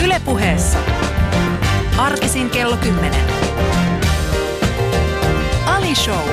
Yle Puheessa. Arkisin kello 10. Ali Show.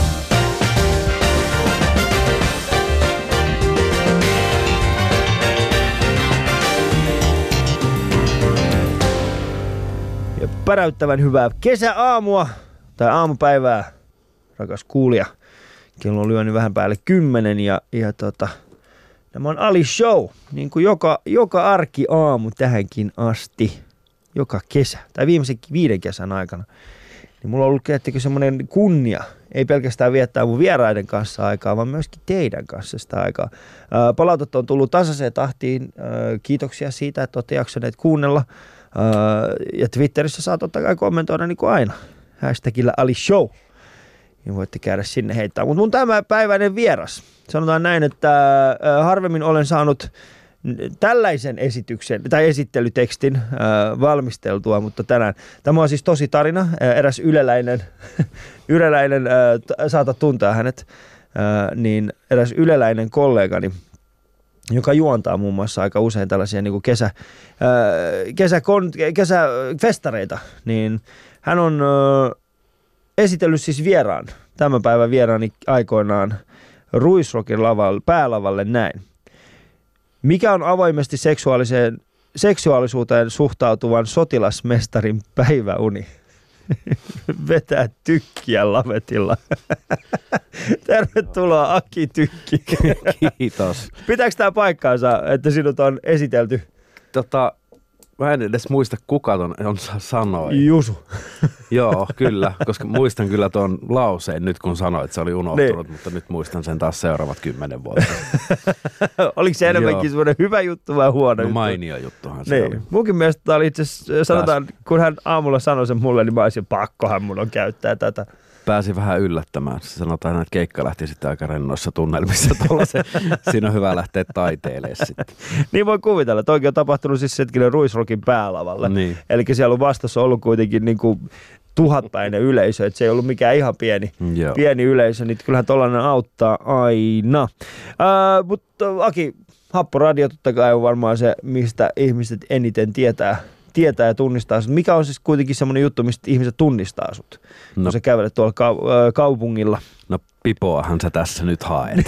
Ja päräyttävän hyvää kesäaamua tai aamupäivää, rakas kuulija. Kello on lyönyt vähän päälle 10 ja tämä on Ali Show, niin kuin joka arkiaamu tähänkin asti, joka kesä, tai viimeisen 5 kesän aikana. Niin mulla on ollut semmoinen kunnia, ei pelkästään viettää mun vieraiden kanssa aikaa, vaan myöskin teidän kanssa sitä aikaa. Palautet on tullut tasaiseen tahtiin, kiitoksia siitä, että olette jaksaneet kuunnella. Ja Twitterissä saa totta kai kommentoida niin kuin aina, hashtagillä Ali Show. Niin voitte käydä sinne heittää. Mutta mun tämänpäiväinen vieras, sanotaan näin, että harvemmin olen saanut tällaisen esityksen tai esittelytekstin valmisteltua, mutta tänään. Tämä on siis tosi tarina. Eräs yleläinen saatat tuntea hänet, niin eräs yleläinen kollegani, joka juontaa muun muassa aika usein tällaisia niin kuin kesäfestareita, niin hän on esitellyt siis vieraan, tämän päivän vieraani aikoinaan Ruisrockin päälavalle näin. Mikä on avoimesti seksuaalisuuteen suhtautuvan sotilasmestarin päiväuni? Vetää tykkiä lavetilla. Tervetuloa Aki Tykki. Kiitos. Pitääkö tämä paikkaansa, että sinut on esitelty? Mä en edes muista, kuka ton sanoi. Jusu. Joo, kyllä, koska muistan kyllä tuon lauseen nyt, kun sanoit, että se oli unohtunut, mutta nyt muistan sen taas seuraavat 10 vuotta. Oliko se enemmänkin semmoinen hyvä juttu vai huono juttu? Mainio juttuhan se oli. Munkin mielestä tämä oli itse asiassa, sanotaan, kun hän aamulla sanoi sen mulle, niin mä olisin, pakkohan mun on käyttää tätä. Pääsi vähän yllättämään. Sanotaan, että keikka lähti sitten aika rennoissa tunnelmissa. Siinä on hyvä lähteä taiteilemaan sitten. Niin voi kuvitella. Toikin on tapahtunut siis hetkinen Ruisrockin päälavalle. Niin. Eli siellä on vastassa ollut kuitenkin niin kuin 1000-päinen yleisö. Että se ei ollut mikään ihan pieni yleisö. Niin kyllähän tollainen auttaa aina. Mutta Aki, Happoradio totta kai on varmaan se, mistä ihmiset eniten tietää ja tunnistaa sut. Mikä on siis kuitenkin semmoinen juttu, mistä ihmiset tunnistaa sut, kun sä kävelet tuolla kaupungilla? No Pipoahan sä tässä nyt haet.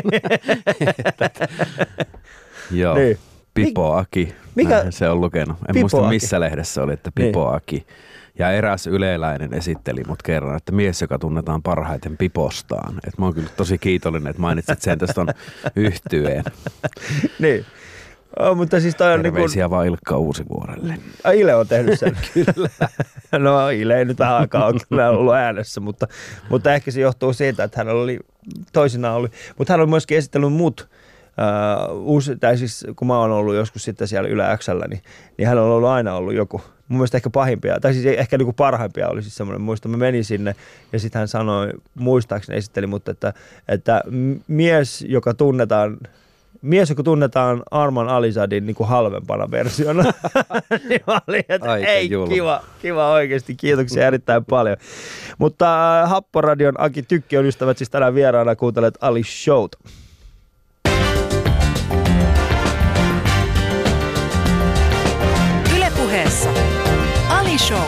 Joo, niin. Pipo Aki. Mikä se on lukenut. En Pipo muista Aki. missä lehdessä oli, että Pipo Aki. Ja eräs yleläinen esitteli mut kerran, että mies, joka tunnetaan parhaiten Pipostaan. Et mä oon kyllä tosi kiitollinen, että mainitsit sen tästä on yhtyeen. Niin. Mutta siis toi on terveisiä vaan Ilkka Uusivuorelle. Ile on tehnyt sen. Kyllä. No Ile ei nyt vähän aikaa ole kyllä ollut äänessä, mutta ehkä se johtuu siitä, että hän oli toisinaan ollut. Mutta hän on myöskin esitellyt muut, tai siis kun mä oon ollut joskus sitten siellä Yle X:llä, niin hän on aina ollut joku. Mun mielestä ehkä pahimpia, tai siis ehkä niin kuin parhaimpia oli siis semmoinen muista. Mä menin sinne ja sitten hän sanoi, muistaakseni esitteli, mutta että mies, joka tunnetaan Arman Alizadin niin kuin halvempana versiona. Niin mä olin, että ei, kiva oikeasti, kiitoksia erittäin paljon. Mutta Happoradion Aki Tykki on ystävät siis tänään vieraana, kuuntelet Ali Showta. Yle Puheessa. Ali Show.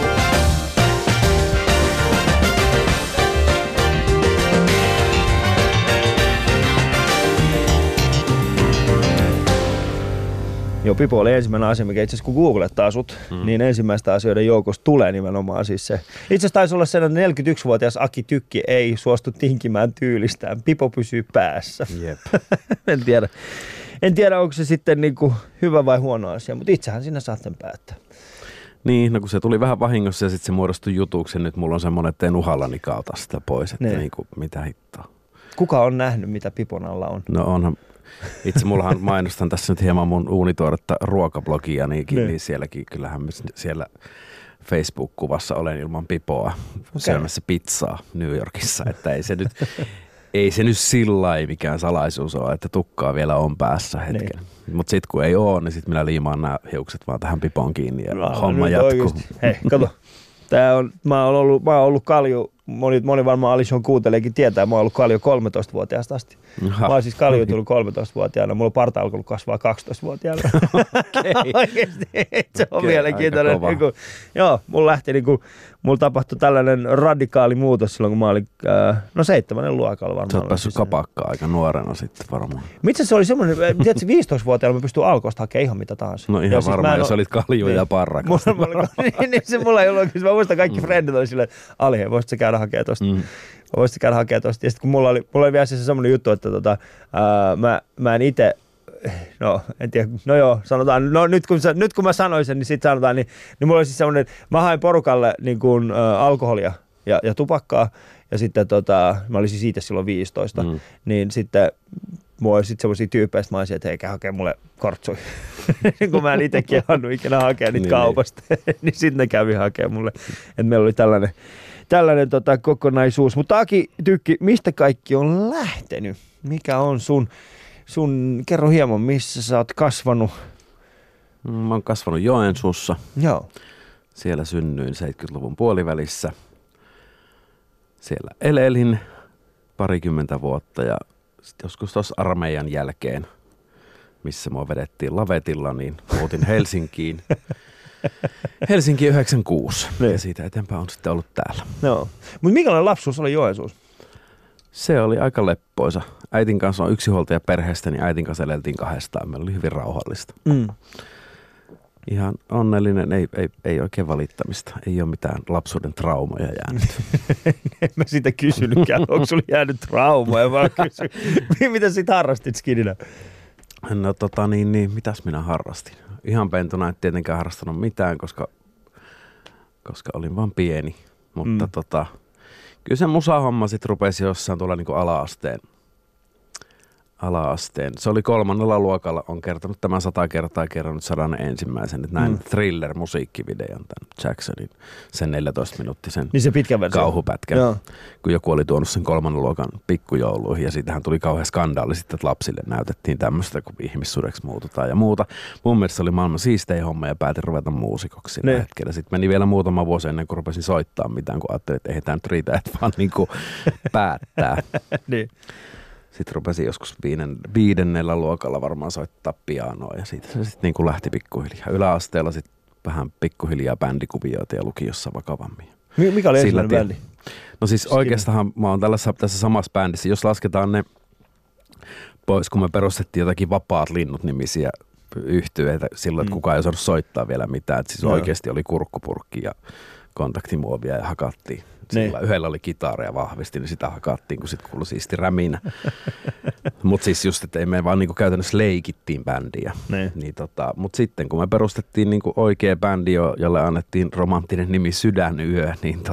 Joo, Pipo oli ensimmäinen asia, mikä itse asiassa kun googlettaa sut, niin ensimmäistä asioiden joukosta tulee nimenomaan siis se. Itse asiassa taisi olla sen, että 41-vuotias Aki Tykki ei suostu tinkimään tyylistään. Pipo pysyy päässä. Jep. En tiedä, onko se sitten niin kuin hyvä vai huono asia, mutta itsehän sinä saat sen päättää. Niin, no kun se tuli vähän vahingossa ja sitten se muodostui jutuksi, nyt mulla on semmoinen, että en uhallani kaata sitä pois, että niin kuin, mitä hittoa. Kuka on nähnyt, mitä Pipon alla on? No onhan, itse mullahan mainostan tässä nyt hieman mun uunituoretta ruokablogia, niin sielläkin kyllähän siellä Facebook-kuvassa olen ilman Pipoa syömässä pizzaa New Yorkissa, että ei se nyt sillai mikään salaisuus ole, että tukkaa vielä on päässä hetken. Niin. Mutta sitten kun ei ole, niin sitten minä liimaan nämä hiukset vaan tähän Pipoon kiinni ja homma jatkuu. Hei, kato. Mä oon ollut moni varmaan Alishon kuunteleekin tietää, mä oon ollut Kaljo 13-vuotiaasta asti. Mä oon siis Kaljo tullut 13-vuotiaana, mulla on parta alkanut kasvaa 12-vuotiaana. Oikeesti, se on mielenkiintoinen. Joo, mulla tapahtui tällainen radikaali muutos silloin, kun mä olin 7. luokalla varmaan. Sä oot päässyt kapakkaan aika nuorena sitten varmaan. Miten se oli semmoinen, tiedätkö 15-vuotiaana mä pystyn alkoista hakemaan ihan mitä tahansa. No ihan varmaan, jos olit Kalju ja parrakas. Mulla ei ollut oikein, mä muistan kaikki frendit oli silleen, Ali, voisit sä käydä hakemaan tosta. Voisit sä käydä hakemaan tosta. Ja sitten kun mulla oli vielä se semmoinen juttu, että mä en itse, no en tiedä, no joo, sanotaan, no nyt kun mä sanoin sen, niin sit sanotaan, niin mulla oli siis semmoinen, mä hain porukalle niin kuin alkoholia ja tupakkaa, ja sitten mä olin siis itse silloin 15, niin sitten mulla oli sitten semmoisia tyyppejä, että mä olisin, että hei, käy hakee mulle kortsui. Kun mä en itsekin annut ikinä hakea niitä kaupasta, niin sitten ne kävi hakemaan mulle. Että meillä oli tällainen kokonaisuus. Mutta Aki Tykki, mistä kaikki on lähtenyt? Mikä on kerro hieman, missä sä oot kasvanut? Mä oon kasvanut Joensuussa. Joo. Siellä synnyin 70-luvun puolivälissä. Siellä elelin parikymmentä vuotta ja sitten joskus tuossa armeijan jälkeen, missä mua vedettiin lavetilla, niin muutin Helsinkiin. Helsinki 96 ja siitä eteenpäin on sitten ollut täällä. Joo. Mutta minkälainen lapsuus oli Joensuussa? Se oli aika leppoisa. Äitin kanssa on yksinhuoltaja perheestä, niin äitin kanssa eleltiin kahdestaan. Meillä oli hyvin rauhallista. Ihan onnellinen, ei oikein valittamista. Ei ole mitään lapsuuden traumoja jäänyt. En mä sitä kysynytkään. Onko sulla jäänyt traumoja? Vaan mitä sit harrastit skidinä? No mitäs minä harrastin? Ihan pentuna en tietenkään harrastanut mitään, koska olin vaan pieni. Mutta kyllä se musahomma sitten rupesi jossain tuolla niinku ala-asteen. Se oli 3. luokalla, on kertonut tämän 100 kertaa, kerronut 101. Että näin Thriller-musiikkivideon tämän Jacksonin, sen 14-minuuttisen niin se pitkä versio. Kauhupätkän. Joo. Kun joku oli tuonut sen 3. luokan pikkujouluihin ja siitähän tuli kauhean skandaali sitten, että lapsille näytettiin tämmöistä, kun ihmissudeksi muututaan ja muuta. Mun mielestä se oli maailman siistein homma ja päätin ruveta muusikoksi sillä hetkellä. Sitten meni vielä muutama vuosi ennen kuin rupesin soittaa mitään, kun ajattelin, että ei tämä nyt riitä, että vaan niin kuin päättää. Niin. Sitten rupesin joskus 5. luokalla varmaan soittaa pianoa ja siitä se sitten niin kuin lähti pikkuhiljaa. Yläasteella sitten vähän pikkuhiljaa bändikuvioita ja lukiossa vakavammin. Mikä oli ensimmäinen bändi? No siis oikeastaan mä oon tässä samassa bändissä. Jos lasketaan ne pois, kun me perustettiin jotakin Vapaat linnut -nimisiä yhtyeitä silloin, että kukaan ei osannut soittaa vielä mitään. Et siis oikeasti oli kurkkupurkki ja kontaktimuovia ja hakattiin. Sillä yhdellä oli kitaara vahvisti, niin sitä hakattiin, kun sitten kuului siisti räminä. Mutta siis just, että me vaan niinku käytännössä leikittiin bändiä. Niin mutta sitten kun me perustettiin niinku oikea bändi, jolle annettiin romanttinen nimi Sydänyö, niin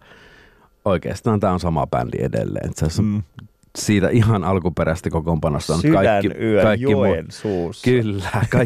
oikeastaan tämä on sama bändi edelleen. Se on siitä ihan alkuperäistä kokoonpanosta on kaikki Joensuussa. Kyllä,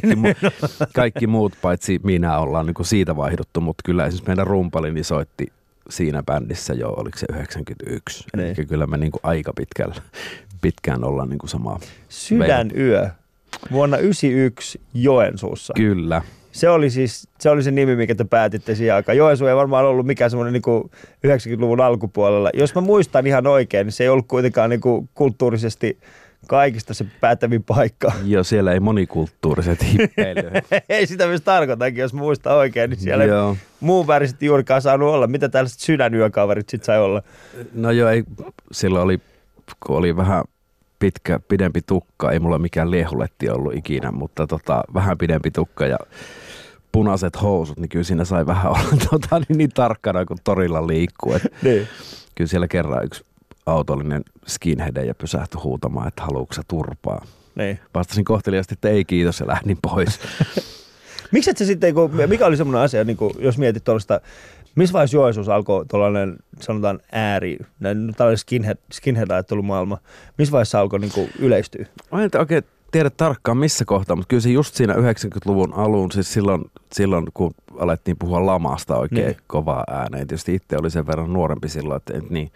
kaikki muut paitsi minä ollaan niinku siitä vaihduttu, mutta kyllä esimerkiksi meidän rumpali niin soitti siinä bändissä jo, oliko se 91. Eli kyllä me niinku aika pitkään ollaan niinku samaa. Sydänyö, vuonna 1991 Joensuussa. Kyllä. Se oli se nimi, mikä te päätitte siihen aikaan. Joensuu ei varmaan ollut mikään semmoinen niinku 90-luvun alkupuolella. Jos mä muistan ihan oikein, niin se ei ollut kuitenkaan niinku kulttuurisesti kaikista se päättävin paikka. Joo, siellä ei monikulttuuriset hippeilyä. Ei sitä myös tarkoitankin, jos muistan oikein, niin siellä ei muun väriset juurikaan saanut olla. Mitä tällaiset Sydänyökaverit sitten sai olla? No joo, silloin kun oli vähän pidempi tukka, ei mulla mikään liehuletti ollut ikinä, mutta vähän pidempi tukka ja punaiset housut, niin kyllä siinä sai vähän olla niin tarkkana, kun torilla liikkuu. Niin. Kyllä siellä kerran yksi autollinen skinhead ja pysähtyi huutamaan, että haluatko sä turpaa. Niin. Vastasin kohteliaasti, että ei kiitos ja lähdin pois. Miksi et sä sitten, mikä oli semmoinen asia, niin jos mietit tuollaista, missä vaiheessa Joensuussa alkoi tuollainen, sanotaan tällainen skinhead-ajattelumaailma, missä vaiheessa alkoi niin yleistyä? Mä en oikein tiedä tarkkaan missä kohtaa, mutta kyllä se just siinä 90-luvun alun, siis silloin kun alettiin puhua lamasta oikein kovaa ääneen. Tietysti itse oli sen verran nuorempi silloin, että en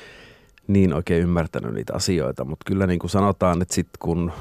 niin oikein ymmärtänyt niitä asioita, mutta kyllä niin kuin sanotaan, että sitten kun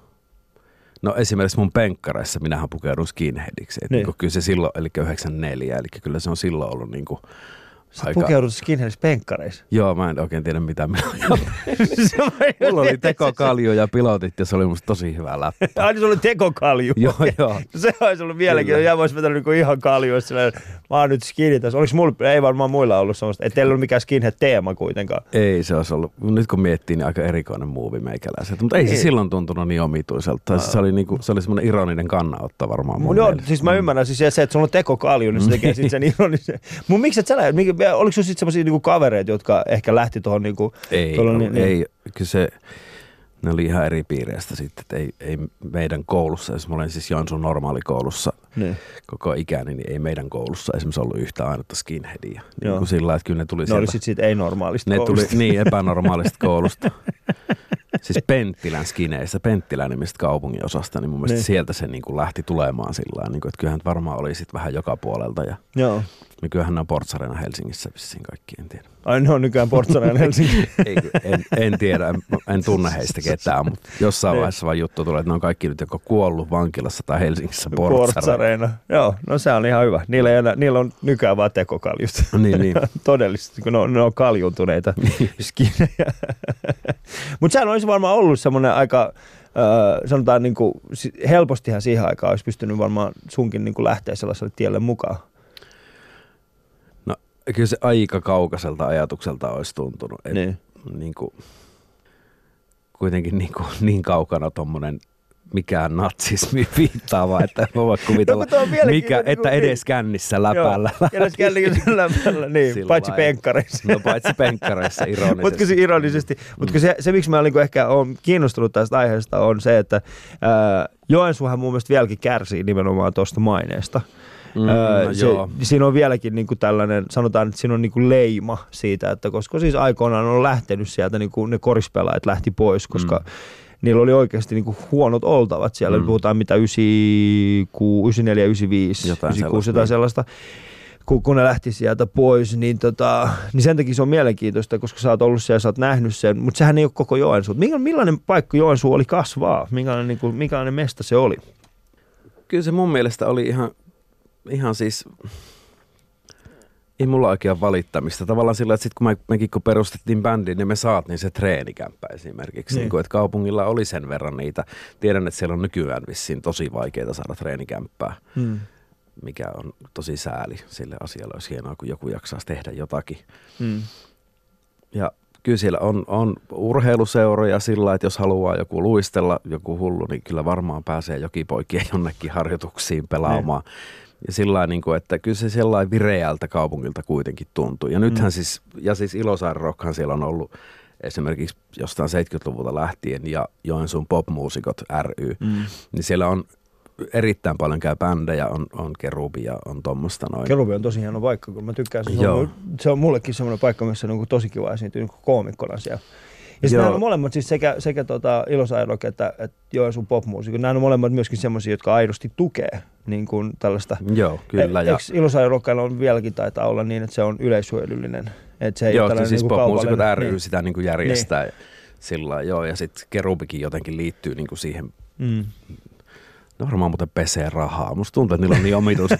no esimerkiksi mun penkkareissa minähän pukeudun skinheadiksi. Niin. Kyllä se silloin, eli 94, eli kyllä se on silloin ollut niin kuin Sä pukeudut skinheadissä penkkareissa. Joo, mä en oikein tiedä mitä minä mulla oli tekokalju ja pilotit ja se oli musta tosi hyvä läppä. Aina se oli tekokalju. Joo. Se olisi ollut mielenkiintoista. Ja vois vetänyt niinku ihan kalju. Mä oon nyt skinny tässä. Oliks mulla, ei varmaan muilla ollut semmoista. Ei teillä ollut mikään skinhead-teema kuitenkaan. Ei se olisi ollut. Nyt kun miettii, niin aika erikoinen muuvi meikäläiset. Mutta ei se silloin tuntunut niin omituiselta. Se oli semmoinen ironinen kannanotto varmaan mun joo, mielestä. siis mä ymmärrän siis se, että sulla on tekokalju, niin se tekee sitten sen ironisen. Mun miksi et sä lähdet? Oliko sulla sitten semmosia niinku kavereita, jotka ehkä lähti tuohon niinku... Ei, kyllä se... Ne oli ihan eri piireistä sitten, että ei meidän koulussa, jos mä olen siis Joensuun normaalikoulussa koko ikäni, niin ei meidän koulussa esimerkiksi ollut yhtä ainutta skinheadia. Niin kuin sillä, että kyllä ne tuli ne sieltä. oli sitten siitä ei-normaalista koulusta. Tuli niin epänormaalista koulusta. Siis Penttilän skineistä, Penttilän-nimistä kaupunginosasta, niin mun mielestä sieltä se niin kuin lähti tulemaan sillä tavalla, niin että kyllähän varmaan oli sitten vähän joka puolelta. Ja kyllähän ne on Portsareena Helsingissä vissiin kaikki, en tiedä. Ai ne on nykyään Portsareena Helsingissä? en tiedä, en tunne heistä ketään, mutta jossain vaiheessa vaan juttu tulee, että ne on kaikki nyt joko kuollut vankilassa tai Helsingissä Portsareena. Joo, no se on ihan hyvä. Niillä on nykyään vaan tekokaljusta. Niin. Todellisesti, kun ne on kaljuntuneita skinejä. Mutta sehän olisi varmaan ollut semmoinen aika... sanotaan niin kuin, helpostihan siihen aikaan olisi pystynyt varmaan sunkin niin kuin lähteä sellaiselle tielle mukaan. No kyllä se aika kaukaiselta ajatukselta olisi tuntunut. Niin kuin, kuitenkin niin kaukana tommonen mikään natsismi viittaava, että voi kuvitella, että edes kännissä läpällä. Edes kännissä läpällä, niin, paitsi penkkareissa. No paitsi penkkareissa ironisesti. Ironisesti. Mutta se, miksi mä ehkä olen kiinnostunut tästä aiheesta, on se, että Joensuuhan mun mielestä vieläkin kärsii nimenomaan tuosta maineesta. Siinä on vieläkin niin kuin tällainen, sanotaan, että siinä on niin kuin leima siitä, että koska siis aikoinaan on lähtenyt sieltä, niin kuin ne korispelaajat lähti pois, koska niillä oli oikeasti niin kuin huonot oltavat siellä. Puhutaan mitä 94, 95, 96, jotain sellaista. Kun ne lähti sieltä pois, niin sen takia se on mielenkiintoista, koska sä oot ollut siellä ja sä oot nähnyt sen, mutta sehän ei ole koko Joensuu. Millainen paikka Joensuu oli kasvaa? Minkälainen mesta se oli? Kyllä se mun mielestä oli ihan siis... Ei mulla oikein valittamista. Tavallaan sillä, että sitten kun perustettiin bändiin, niin me saatiin se treenikämppä esimerkiksi. Niin kuin, että kaupungilla oli sen verran niitä. Tiedän, että siellä on nykyään vissiin tosi vaikeaa saada treenikämppää, mikä on tosi sääli. Sille asialle olisi hienoa, kun joku jaksaisi tehdä jotakin. Ja kyllä siellä on urheiluseuroja sillä, että jos haluaa joku luistella, joku hullu, niin kyllä varmaan pääsee jokipoikien jonnekin harjoituksiin pelaamaan. Ja sillain, niin kuin, että kyllä se sellainen vireältä kaupungilta kuitenkin tuntui. Ja nythän siis Ilosaaren Rockhan siellä on ollut esimerkiksi jostain 70-luvulta lähtien ja Joensuun popmuusikot ry. Niin siellä on erittäin paljon käy bändejä, on Kerubi ja on tommoista noin. Kerubi on tosi hieno paikka, kun mä tykkään. Se on mullekin semmoinen paikka, missä on tosi kiva esiintyä niin koomikkona siellä. Ja sitten nämä on molemmat, siis sekä Ilosaaren Rock että Joensuun popmuusikot, nämä on molemmat myöskin semmoisia, jotka aidosti tukee niin kuin tällaista. Joo, kyllä. Eikö Ilosaaren Rockilla on vieläkin taitaa olla niin, että se on yleishyödyllinen? Että se ei joo, ole siis niin popmuusikot ry sitä niin kuin järjestää sillä joo, ja sitten Kerubikin jotenkin liittyy niin kuin siihen. Ne varmaan muuten pesee rahaa. Musta tuntuu, että niillä on niin omituiset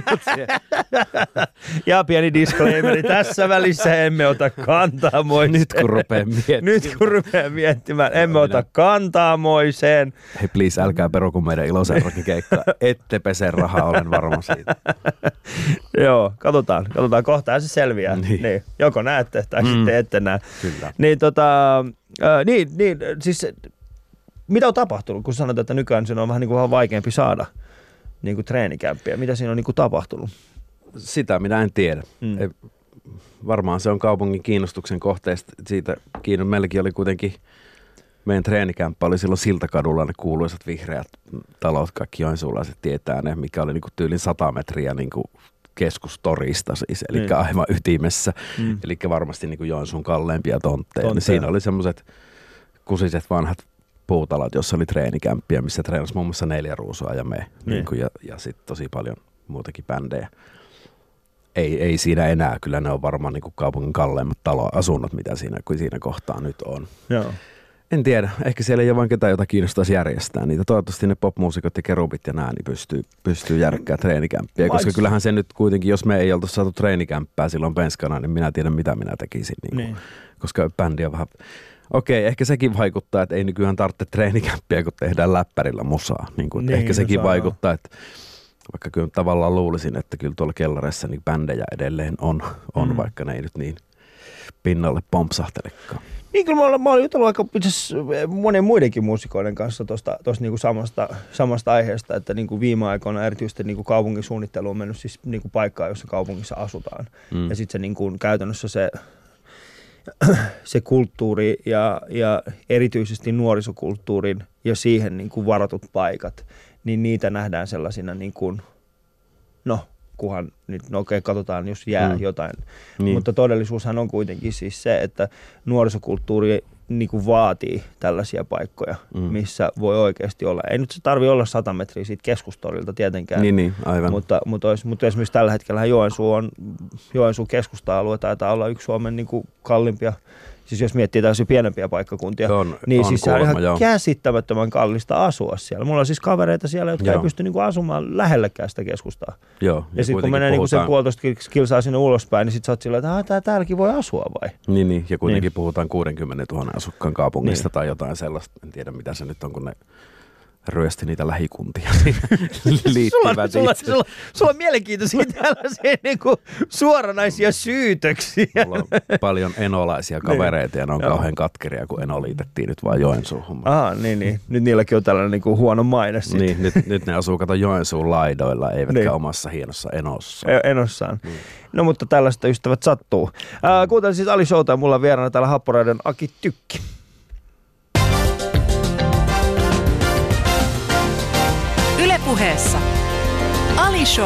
Ja pieni disclaimeri. Tässä välissä emme ota kantaa moiseen. Nyt kun rupeaa miettimään. Emme ota kantaa moiseen. Hei please, älkää peruko meidän Ilosaaren Rockin keikkaa. Ette pese rahaa, olen varma siitä. Joo, katsotaan. Kohtaan se selviää. Niin. Joko näette tai sitten ette näe. Kyllä. Niin, siis... Mitä on tapahtunut, kun sanotaan, että nykyään se on vähän, vähän vaikeampi saada niin kuin treenikämppiä? Mitä siinä on niin kuin tapahtunut? Sitä minä en tiedä. Varmaan se on kaupungin kiinnostuksen kohteesta. Meilläkin oli kuitenkin, meidän treenikämppä oli silloin Siltakadulla, ne kuuluisat vihreät talot, kaikki joensuulaiset tietää ne, mikä oli niin kuin tyylin 100 metriä niin kuin keskustorista siis, eli aivan ytimessä. Eli varmasti niin kuin Joensuun kalleimpia tontteja. Siinä oli semmoiset kusiset vanhat puutalot, jossa oli treenikämppiä, missä treenasi muun muassa 4 Ruusua ja me. Niin kuin, ja sitten tosi paljon muutakin bändejä. Ei siinä enää. Kyllä ne on varmaan niin kuin kaupungin kalleimmat asunnot, mitä siinä kohtaa nyt on. Joo. En tiedä. Ehkä siellä ei ole vain ketään, jota kiinnostaisi järjestää niitä. Toivottavasti ne popmuusikot ja kerubit ja nää niin pystyy järkkää treenikämppiä. Koska kyllähän se nyt kuitenkin, jos me ei oltu saatu treenikämppää silloin penskana, niin minä tiedän mitä minä tekisin. Niin. Koska bändi on vähän... Okei, ehkä sekin vaikuttaa, että ei nykyään tarvitse treenikämppiä, kun tehdään läppärillä musaa. Niin, ehkä sekin vaikuttaa, että vaikka kyllä tavallaan luulisin, että kyllä tuolla kellareissa niin bändejä edelleen on vaikka ne ei nyt niin pinnalle pompsahtelekaan. Niin kyllä mä olen jutellut aika monen muidenkin muusikoiden kanssa tuosta niinku samasta aiheesta, että niinku viime aikoina erityisesti niinku kaupunkisuunnittelu on mennyt siis niinku paikkaan, jossa kaupungissa asutaan. Ja sitten se niinku käytännössä se kulttuuri ja erityisesti nuorisokulttuurin ja siihen niinku varatut paikat, niin niitä nähdään sellaisina niinku, kunhan nyt, katsotaan, jos jää jotain. Niin. Mutta todellisuushan on kuitenkin siis se, että nuorisokulttuuri niin vaatii tällaisia paikkoja, missä voi oikeasti olla. Ei nyt se tarvitse olla 100 metriä siitä keskustorilta tietenkään. Niin, aivan. Mutta esimerkiksi tällä hetkellä Joensuu keskusta-alue taitaa olla yksi Suomen niin kuin kalliimpia. Siis jos miettii täysin pienempiä paikkakuntia, niin siis se on ihan käsittämättömän kallista asua siellä. Mulla on siis kavereita siellä, jotka ei pysty niinku asumaan lähellekään sitä keskustaa. Joo, ja sitten kun menee niinku sen 1,5 kilsaa sinne ulospäin, niin sitten sä oot sillä, että täälläkin voi asua vai? Niin, ja kuitenkin puhutaan 60 000 asukkaan kaupungista tai jotain sellaista. En tiedä mitä se nyt on, kun ne ryösti niitä lähikuntia liittyvät Sulla on mielenkiintoisia tällaisia niinku suoranaisia syytöksiä. Mulla on paljon enolaisia kavereita ja ne on kauhean katkeria, kun Eno liitettiin nyt vaan Joensuuhun. Niin. Nyt niilläkin on tällainen niinku huono maine. Niin, nyt ne asuu Joensuun laidoilla, eivätkä omassa hienossa Enossaan. No mutta tällaista ystävät sattuu. Kuuntelin siis Ali Showta ja mulla on vieraana täällä Happoraiden Aki Tykki. Puheessa Ali Show.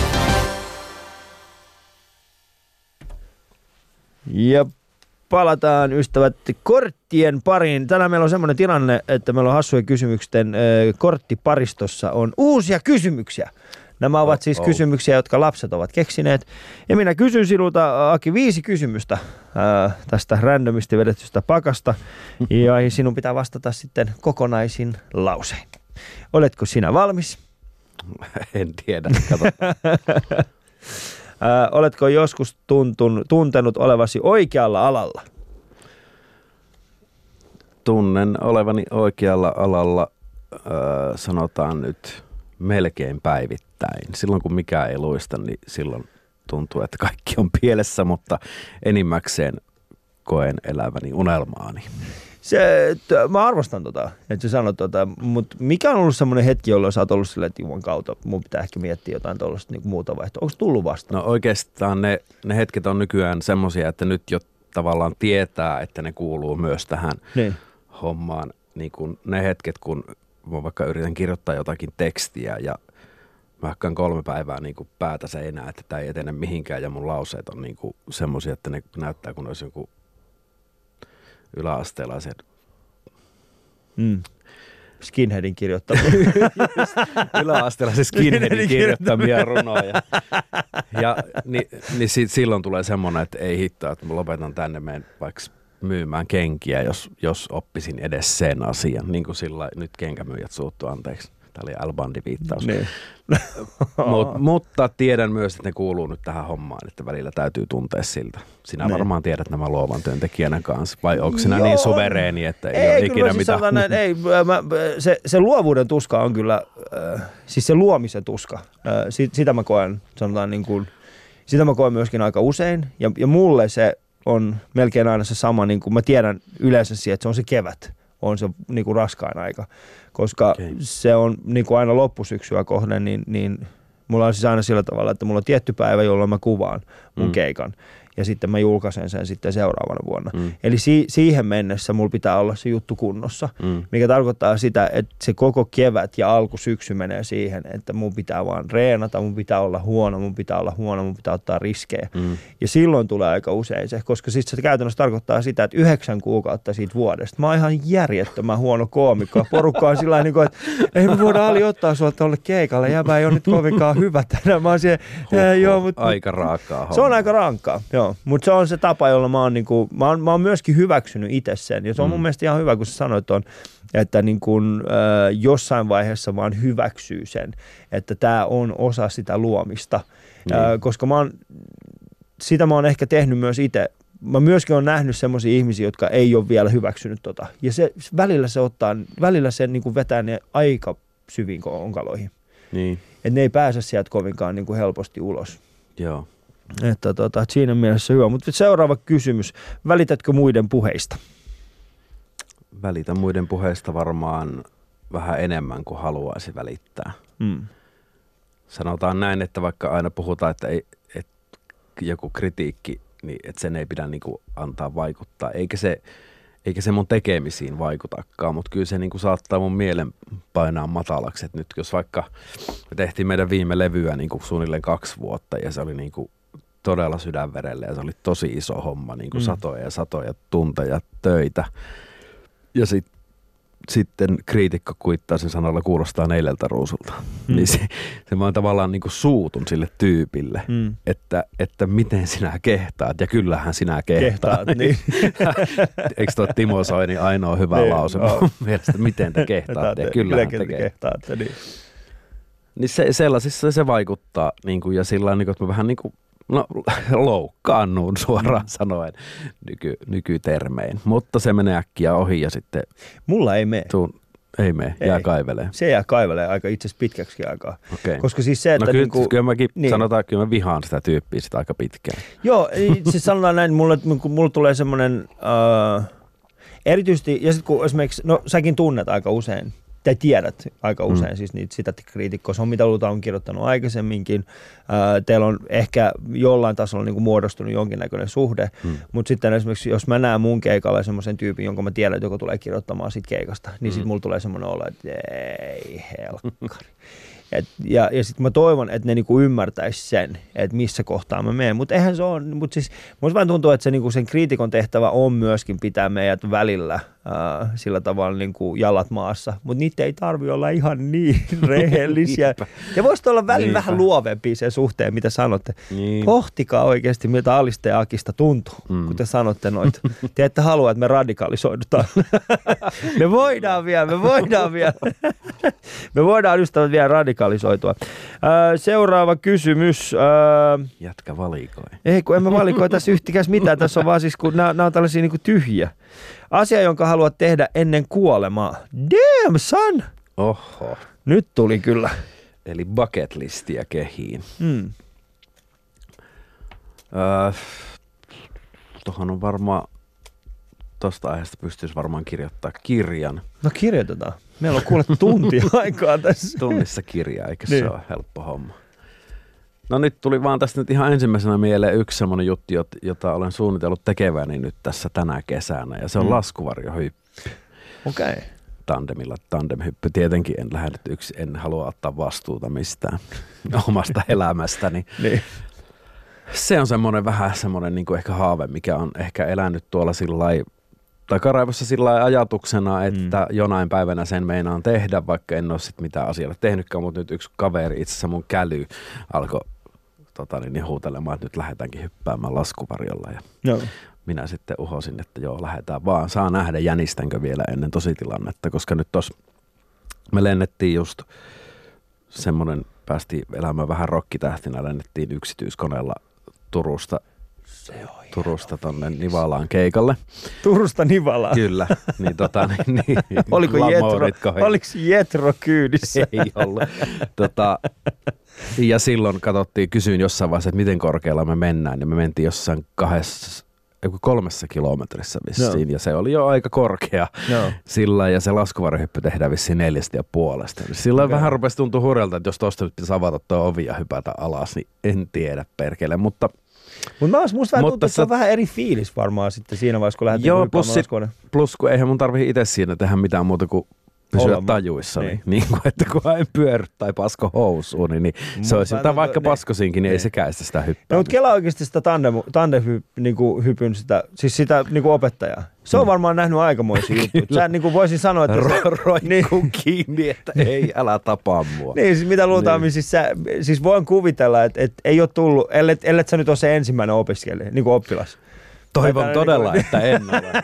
Ja palataan ystävät korttien pariin. Tänään meillä on semmoinen tilanne, että meillä on hassujen kysymysten korttiparistossa on uusia kysymyksiä. Nämä ovat siis kysymyksiä, jotka lapset ovat keksineet. Ja minä kysyn sinulta, Aki, 5 kysymystä tästä randomisti vedetystä pakasta. Ja sinun pitää vastata sitten kokonaisin lausein. Oletko sinä valmis? En tiedä, oletko joskus tuntenut olevasi oikealla alalla? Tunnen olevani oikealla alalla, sanotaan nyt melkein päivittäin. Silloin kun mikään ei luista, niin silloin tuntuu, että kaikki on pielessä, mutta enimmäkseen koen eläväni unelmaani. Mä arvostan että sä sanot mutta mikä on ollut semmoinen hetki, jolloin sä oot ollut silleen, että Juman kautta mun pitää ehkä miettiä jotain tuollaista niin muuta vaihtoa. Onko tullut vastaan? No oikeastaan ne hetket on nykyään semmoisia, että nyt jo tavallaan tietää, että ne kuuluu myös tähän hommaan. Niin kuin ne hetket, kun mä vaikka yritän kirjoittaa jotakin tekstiä ja mä hakkaan 3 päivää niin kuin päätä seinää, että tää ei etene mihinkään ja mun lauseet on niin kuin semmoisia, että ne näyttää kun olisi joku yläasteelaisen skinheadin kirjoittamia. Yläasteelaisen skinheadin kirjoittamia runoja. Ja silloin tulee semmoinen, että ei hittoa, että mä lopetan tänne, menen vaikka myymään kenkiä, jos oppisin edes sen asian. Niin kuin sillä nyt kenkämyyjät suuttu, anteeksi. Tämä oli Al-Bandi-viittaus. Mutta tiedän myös, että ne kuuluu nyt tähän hommaan, että välillä täytyy tuntea siltä. Sinä varmaan tiedät nämä luovan työntekijänä kanssa. Vai onko sinä niin suvereeni, että ei ole ikinä mitään? Se luovuuden tuska on kyllä, siis se luomisen tuska. Sitä mä koen, sanotaan niin kuin, sitä mä koen myöskin aika usein. Ja mulle se on melkein aina se sama, niin kuin mä tiedän yleensä siihen, että se on se kevät. On se niin kuin raskain aika, koska se on niin kuin aina loppusyksyä kohden, niin mulla on siis aina sillä tavalla, että mulla on tietty päivä, jolloin mä kuvaan mun keikan ja sitten mä julkaisen sen sitten seuraavana vuonna. Eli siihen mennessä mulla pitää olla se juttu kunnossa, mikä tarkoittaa sitä, että se koko kevät ja alkusyksy menee siihen, että mun pitää vaan reenata, mun pitää olla huono, mun pitää ottaa riskejä. Ja silloin tulee aika usein se, koska sitten se käytännössä tarkoittaa sitä, että 9 kuukautta siitä vuodesta mä oon ihan järjettömän huono koomikko. Porukka on sillä tavalla, että ei me voida Ali ottaa sua tolle keikalle, jäbä ei ole nyt kovinkaan hyvä tänään. Mä oon siellä, aika raakaa. Se on aika rankkaa, joo. Joo, mutta se on se tapa, jolla mä oon myöskin hyväksynyt itse sen. Ja se on mun mielestä ihan hyvä, kun sä sanoit että niin kuin, jossain vaiheessa vaan hyväksyy sen, että tämä on osa sitä luomista. Koska sitä mä oon ehkä tehnyt myös itse. Mä myöskin oon nähnyt semmoisia ihmisiä, jotka ei ole vielä hyväksynyt tota. Ja välillä se niin kuin vetää ne aika syviin onkaloihin. Niin. Että ne ei pääse sieltä kovinkaan niin kuin helposti ulos. Joo. Että siinä mielessä hyvä. Mutta seuraava kysymys. Välitätkö muiden puheista? Välitän muiden puheista varmaan vähän enemmän kuin haluaisi välittää. Sanotaan näin, että vaikka aina puhutaan, että joku kritiikki, niin että sen ei pidä niin kuin antaa vaikuttaa. Eikä se mun tekemisiin vaikutakaan, mutta kyllä se niin kuin saattaa mun mielen painaa matalaksi. Et nyt jos vaikka me tehtiin meidän viime levyä niin kuin suunnilleen 2 vuotta ja se oli niin kuin todella sydänverelle ja se oli tosi iso homma, niin kuin satoja ja satoja tunteja töitä. Ja sitten kriitikko kuittaa sen sanalla kuulostaa 4 ruusulta. Niin se vaan tavallaan niin kuin suutun sille tyypille, että miten sinä kehtaat. Ja kyllähän sinä kehtaat. Niin. Eikö tuo Timo Soini ainoa hyvä lause mun mielestä, miten te kehtaatte. Ja kyllähän te kehtaatte. Niin sellaisissa se vaikuttaa. Niin kuin, ja sillä niin kuin, että mä vähän niin kuin, loukkaannuun suoraan sanoen nykytermein. Mutta se menee äkkiä ohi ja sitten... Mulla ei mene. Ei mene, jää kaivelee. Se jää kaivelee aika itse asiassa pitkäksi aikaa. Okay. Koska siis se, että... Kyllä mäkin sanotaan, kyllä mä vihaan sitä tyyppiä sitä aika pitkään. Joo, siis sanotaan näin, mulla tulee semmoinen... erityisesti, ja sitten kun esimerkiksi, säkin tunnet aika usein, tai tiedät aika usein siis niitä kriitikkoja, se on mitä Luta on kirjoittanut aikaisemminkin. Teillä on ehkä jollain tasolla niin kuin muodostunut jonkinnäköinen suhde, mutta sitten esimerkiksi jos mä näen mun keikalla semmoisen tyypin, jonka mä tiedän, että joku tulee kirjoittamaan siitä keikasta, niin sitten mulla tulee semmoinen olo, että ei helkkari. Ja sitten mä toivon, että ne niinku ymmärtäisi sen, että missä kohtaa mä menen. Mutta eihän se ole, mutta siis musta vaan tuntuu, että se, niinku sen kriitikon tehtävä on myöskin pitää meidät välillä sillä tavalla niinku jalat maassa. Mutta niitä ei tarvitse olla ihan niin rehellisiä. Ja voisi olla välillä vähän luovempia sen suhteen, mitä sanotte. Niin. Pohtikaa oikeasti, miltä Aliste ja Akista tuntuu, kun te sanotte noita. Te ette halua, että me radikalisoidutaan. me voidaan vielä. Me voidaan ystävät vielä radikalisoitua. Seuraava kysymys. Jätkä valikoi. Ei, kun en mä valikoi tässä yhtikäs mitään. Tässä on vaan siis, kun nämä on tällaisia niin kuin tyhjiä. Asia, jonka haluat tehdä ennen kuolemaa. Damn, son! Oho. Nyt tuli kyllä. Eli bucket listiä kehiin. Tuohon on varmaan, tuosta aiheesta pystyisi varmaan kirjoittaa kirjan. No kirjoitetaan. Meillä on kuule tuntia aikaa tässä. Tunnissa kirjaa, eikö se ole helppo homma? No nyt tuli vaan tästä nyt ihan ensimmäisenä mieleen yksi semmoinen juttu, jota olen suunnitellut tekeväni nyt tässä tänä kesänä. Ja se on laskuvarjohyppy. Okei. Tandemilla tandemhyppy. Tietenkin en lähde en halua ottaa vastuuta mistään omasta elämästäni. Niin. Se on semmoinen vähän semmoinen niin kuin ehkä haave, mikä on ehkä elänyt tuolla sillai takaraivossa sillä ajatuksena, että jonain päivänä sen meinaan tehdä, vaikka en ole sit mitään asialle tehnytkään, mutta nyt yksi kaveri, itse asiassa mun käly, alkoi huutelemaan, että nyt lähdetäänkin hyppäämään laskuvarjolla. Ja minä sitten uhosin, että joo, lähdetään vaan. Saa nähdä, jänistänkö vielä ennen tositilannetta, koska nyt tuossa me lennettiin just päästiin elämään vähän rokkitähtinä, lennettiin yksityiskoneella Turusta tonne Nivalaan keikalle. Turusta Nivalaan? Kyllä. Niin, Oliko Jetro kyydissä? Ei ollut. Ja silloin kysyin jossain vaiheessa, että miten korkealla me mennään. Ja me mentiin jossain 3 kilometrissä vissiin. No. Ja se oli jo aika korkea. No. Sillä ja se laskuvarjohyppy tehdään vissiin 4,5. Silloin vähän rupesi tuntua hurjalta, että jos tuosta nyt pitäisi avata tuo ovi ja hypätä alas, niin en tiedä perkele. Mutta musta vähän tuntuu, että se on vähän eri fiilis varmaan sitten siinä vaiheessa, kun lähdetään hyppäämään laskuvarjoon. Plus kun eihän mun tarvitse itse siinä tehdä mitään muuta kuin pysyä tajuissa. Niin kuin, että kun en pyörry tai pasko housuun, niin se olisi jotain vaikka paskosinkin, niin ei sekään estä sitä hyppää. Mutta kelaa oikeasti sitä tandem-hypyn, siis sitä niinku opettajaa. Se on varmaan nähnyt aikamoisia juttuja. Sä niinku voisin sanoa, että roikkuu kiinni, että ei, älä tapaa mua. Niin, siis mitä luultavasti, siis voin kuvitella, että ei ole tullut, ellet sä nyt ole se ensimmäinen opiskelija, niinku oppilas. Toivon todella, että en ole.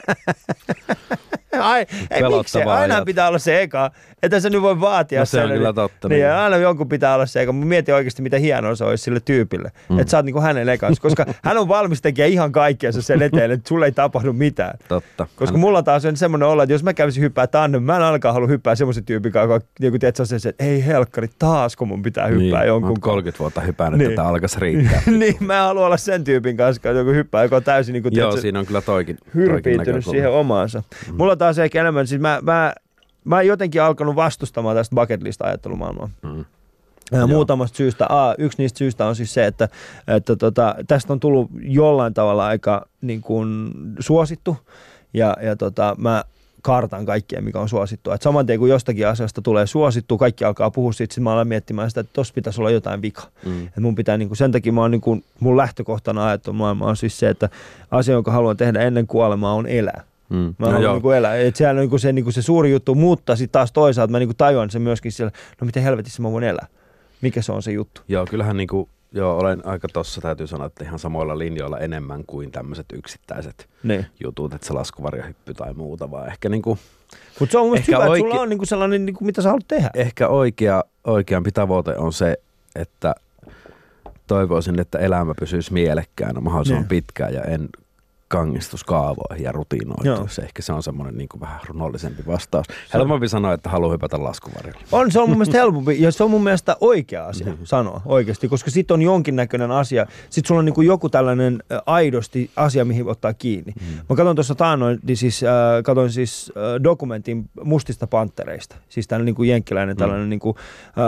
Ei miksei, aina pitää olla se eka. Että se nyt voi vaatia. No se on kyllä totta. Niin, aina jonkun pitää olla se eka. Mä mietin oikeasti, mitä hienoa se olisi sille tyypille. Että sä oot niinku hänen ekansa. Koska hän on valmis tekemään ihan kaikkeensa sen eteen, että sulle ei tapahdu mitään. Totta. Koska mulla taas on semmoinen olla, että jos mä kävisin hyppää tandem, mä en ainakaan halua hyppää semmoisen tyypin kanssa, joka tietää se, että ei helkkari, taas kun mun pitää hyppää jonkun. Mä 30 vuotta hypännyt, että alkaisi riittää. Niin, mä haluan olla sen tyypin kanssa, joku hyppää, joka on täysin niin kuin, joo, siinä on kyllä toikin hyrpiintynyt siihen omaansa. Mulla taas ehkä enemmän, siis mä oon jotenkin alkanut vastustamaan tästä bucket list -ajattelumaailmaa. Muutamasta syystä. Yksi niistä syistä on siis se, että tästä on tullut jollain tavalla aika niin kuin suosittu ja mä kartan kaikkea, mikä on suosittua. Et saman tien, kun jostakin asiasta tulee suosittu, kaikki alkaa puhua siitä, sitten mä alan miettimään sitä, että tossa pitäisi olla jotain vika. Et mun pitää, niin kuin, sen takia mä oon, niin kuin, mun lähtökohtana ajattelumaailma on siis se, että asia, jonka haluan tehdä ennen kuolemaa, on elää. Mä haluan niin kuin elää. Et sehän on niin kuin se suuri juttu, mutta sitten taas toisaalta mä niin kuin tajuan sen myöskin siellä, no miten helvetissä mä voin elää. Mikä se on se juttu? Joo, kyllähän niin kuin, olen aika tossa, täytyy sanoa, että ihan samoilla linjoilla enemmän kuin tämmöiset yksittäiset jutut, että se laskuvarjohyppy tai muuta, vaan ehkä niin kuin... Mutta se on mun mielestä hyvä, että sulla on niin kuin sellainen, niin kuin, mitä sä haluat tehdä. Ehkä oikeampi tavoite on se, että toivoisin, että elämä pysyisi mielekkäänä mahdollisimman pitkään ja en kangistus kaavoihin ja rutiinoituisi. Ehkä se on semmoinen niin kuin vähän runollisempi vastaus. Helpompi sanoa, että haluaa hypätä laskuvarjolle. Se on mun mielestä helpompi ja se on mun mielestä oikea asia sanoa oikeasti, koska sit on jonkinnäköinen asia. Sitten sulla on niin kuin joku tällainen aidosti asia, mihin ottaa kiinni. Mä katson tuossa taannoin, katsoin dokumentin Mustista Panttereista. Siis tällainen niin kuin jenkkiläinen tällainen niin kuin,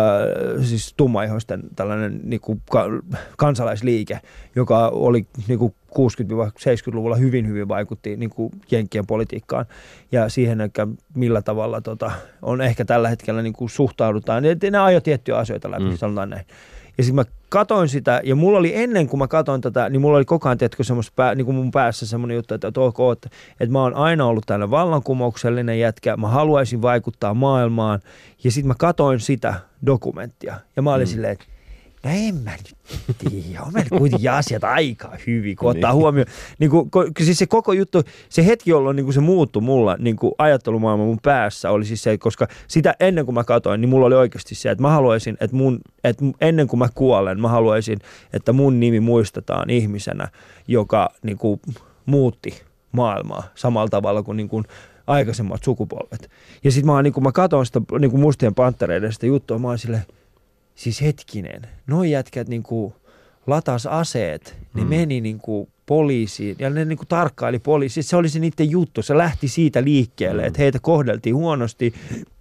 siis tummaihoisten tällainen niin kuin kansalaisliike, joka oli niin kuin 60-70-luvulla hyvin vaikutti niin kuin jenkkien politiikkaan ja siihen, että millä tavalla on ehkä tällä hetkellä niin kuin suhtaudutaan. Ne ajoi tiettyjä asioita läpi, sanotaan näin. Ja sitten mä katoin sitä, ja mulla oli ennen kuin mä katoin tätä, niin mulla oli koko ajan niin kuin mun päässä semmoinen juttu, että mä oon aina ollut tällainen vallankumouksellinen jätkä, mä haluaisin vaikuttaa maailmaan, ja sitten mä katoin sitä dokumenttia, ja mä olin silleen, että no en mä nyt tiedä, on meillä kuitenkin asiat aika hyvin, kun ottaa huomioon. Niin siis se koko juttu, se hetki, jolloin niin se muuttui mulla, niin ajattelumaailma mun päässä oli siis se, koska sitä ennen kuin mä katsoin, niin mulla oli oikeasti se, että mä haluaisin, että ennen kuin mä kuolen, mä haluaisin, että mun nimi muistetaan ihmisenä, joka niin kuin muutti maailmaa samalla tavalla kuin, niin kuin aikaisemmat sukupolvet. Ja sitten mä katsoin sitä niin kuin Mustien Panttereiden sitä juttua, mä oon silleen, siis hetkinen, noi jätkät niinku latas aseet, ne meni niinku poliisiin ja ne niinku tarkkaili poliisiin. Se oli se niiden juttu, se lähti siitä liikkeelle, että heitä kohdeltiin huonosti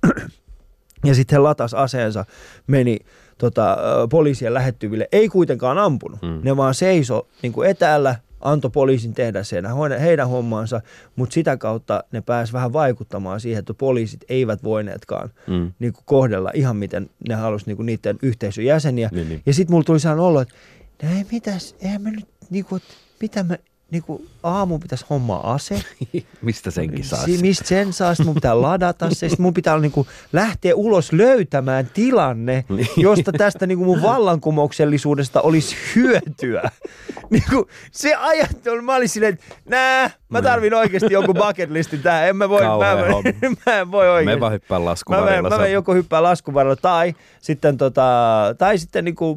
ja sitten he latas aseensa, meni poliisien lähettyville, ei kuitenkaan ampunut. Ne vaan seiso niinku etäällä, antoi poliisin tehdä sen heidän hommansa, mutta sitä kautta ne pääsi vähän vaikuttamaan siihen, että poliisit eivät voineetkaan niin kuin kohdella ihan miten ne halusi niin kuin niiden yhteisön jäseniä. Niin. Ja sitten mulla tuli sellainen olo, että eihän me nyt, niin kuin, mitä me, niin kuin aamuun pitäisi hommaa ase. Mistä senkin saa? Mistä sen saa? Sitten mun pitää ladata se. Sitten mun pitää niin kuin lähteä ulos löytämään tilanne, josta tästä niin kuin mun vallankumouksellisuudesta olisi hyötyä. Niin kuin se ajattelu, mä olin silleen, että mä tarvin oikeasti jonkun bucket listin tähän. En mä voi oikeasti. Me vaan hyppään laskuvarjolla. Mä joko hyppään laskuvarjolla tai sitten niin kuin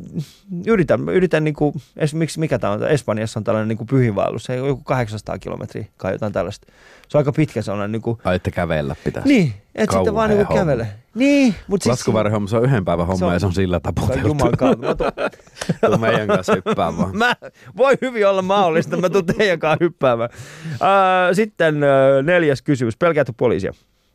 yritän niin kuin, esimerkiksi mikä tää on, Espanjassa on tällainen niin kuin pyhinvaellus, se on joku 800 kilometriä kai jotain tällaista. Se on aika pitkä sellainen niin kuin... Että kävellä pitäisi. Niin, että sitten vaan niin kuin kävele. Niin, mutta laskuvarjohomma, se on yhden päivän homma ja se on sillä taputeltu. Jumalan kautta. Tuu meidän kanssa hyppään vaan. Voi hyvin olla mahdollista, mä tuun teidän kanssa hyppäämään. Sitten 4. kysymys. Pelkäätkö poliisia?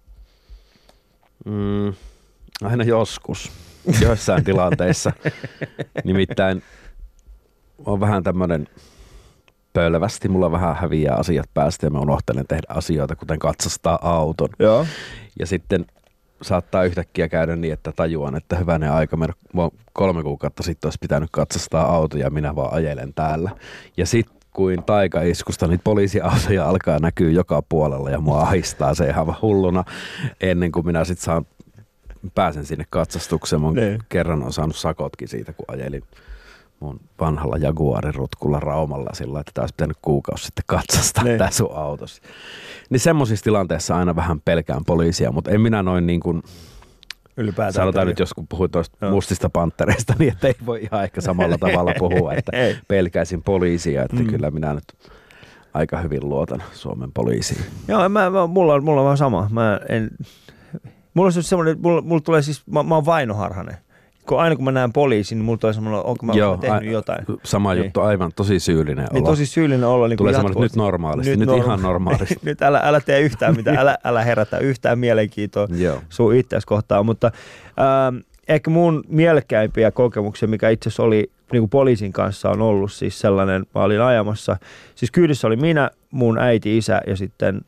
Aina joskus. Joissain tilanteissa. Nimittäin on vähän tämmöinen pölvästi. Mulla vähän häviää asiat päästä ja mä unohtelen tehdä asioita, kuten katsastaa auton. Joo. Ja sitten saattaa yhtäkkiä käydä niin, että tajuan, että hyvänen aika. 3 kuukautta sitten olisi pitänyt katsastaa auto ja minä vaan ajelen täällä. Ja sitten kuin taikaiskusta niitä poliisiautoja alkaa näkyä joka puolella ja mua ahistaa se ihan hulluna ennen kuin minä sitten pääsen sinne katsastukseen. Mä kerran on saanut sakotkin siitä, kun ajelin mun vanhalla Jaguarin rutkulla Raumalla sillä, että taas pitänyt kuukausi sitten katsastaa tää sun autossa. Niin semmoisissa tilanteissa aina vähän pelkään poliisia, mutta en minä noin niin kuin ylipäätään sanotaan nyt, jos kun puhuit tuosta mustista panttereista, niin että ei voi ihan ehkä samalla tavalla puhua, että pelkäisin poliisia, että kyllä minä nyt aika hyvin luotan Suomen poliisiin. Joo, mulla on vaan sama. Mulla on semmoinen, mulla tulee siis, mä oon vainoharhainen. Aina kun mä näen poliisin, niin mulla tulee semmoinen, onko mä tehnyt jotain. Sama juttu, aivan tosi syyllinen olo. Niin tosi syyllinen olo. Niin tulee semmoinen, nyt normaalisti, nyt ihan normaalisti. Nyt älä tee yhtään mitään, älä herätä yhtään mielenkiintoa sun itseäsi kohtaan. Mutta ehkä mun mielekkäimpiä kokemuksia, mikä itse asiassa oli niin kuin poliisin kanssa on ollut siis sellainen, mä olin ajamassa, siis kyydissä oli minä, mun äiti, isä ja sitten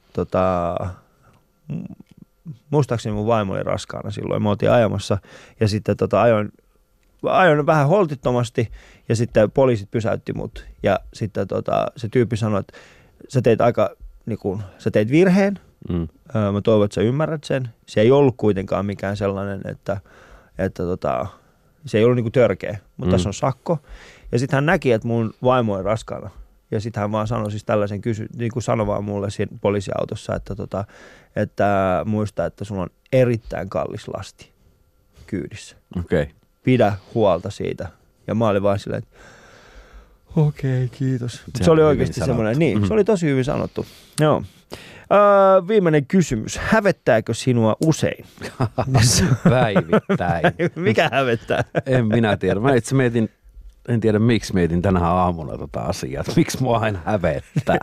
muistaakseni mun vaimo oli raskaana silloin, me oltiin ajamassa ja sitten ajoin vähän holtittomasti ja sitten poliisit pysäytti mut ja sitten se tyyppi sanoi, että sä teit virheen, mä toivon, että sä ymmärrät sen. Se ei ollut kuitenkaan mikään sellainen, että se ei ollut niinku törkeä, mutta tässä on sakko. Ja sitten hän näki, että mun vaimo on raskaana. Ja sitten hän vaan sanoi siis tällaisen niin sanoi vaan mulle siinä poliisiautossa, että muista, että sulla on erittäin kallis lasti kyydissä. Okay. Pidä huolta siitä. Ja mä olin vaan silleen, että okei, kiitos. Se oli oikeasti semmoinen, se oli tosi hyvin sanottu. Joo. Viimeinen kysymys. Hävettääkö sinua usein? Päivittäin. Mikä hävettää? En minä tiedä. Mä itse en tiedä miksi mietin tänä aamuna asiaa. Miksi mua aina hävettää?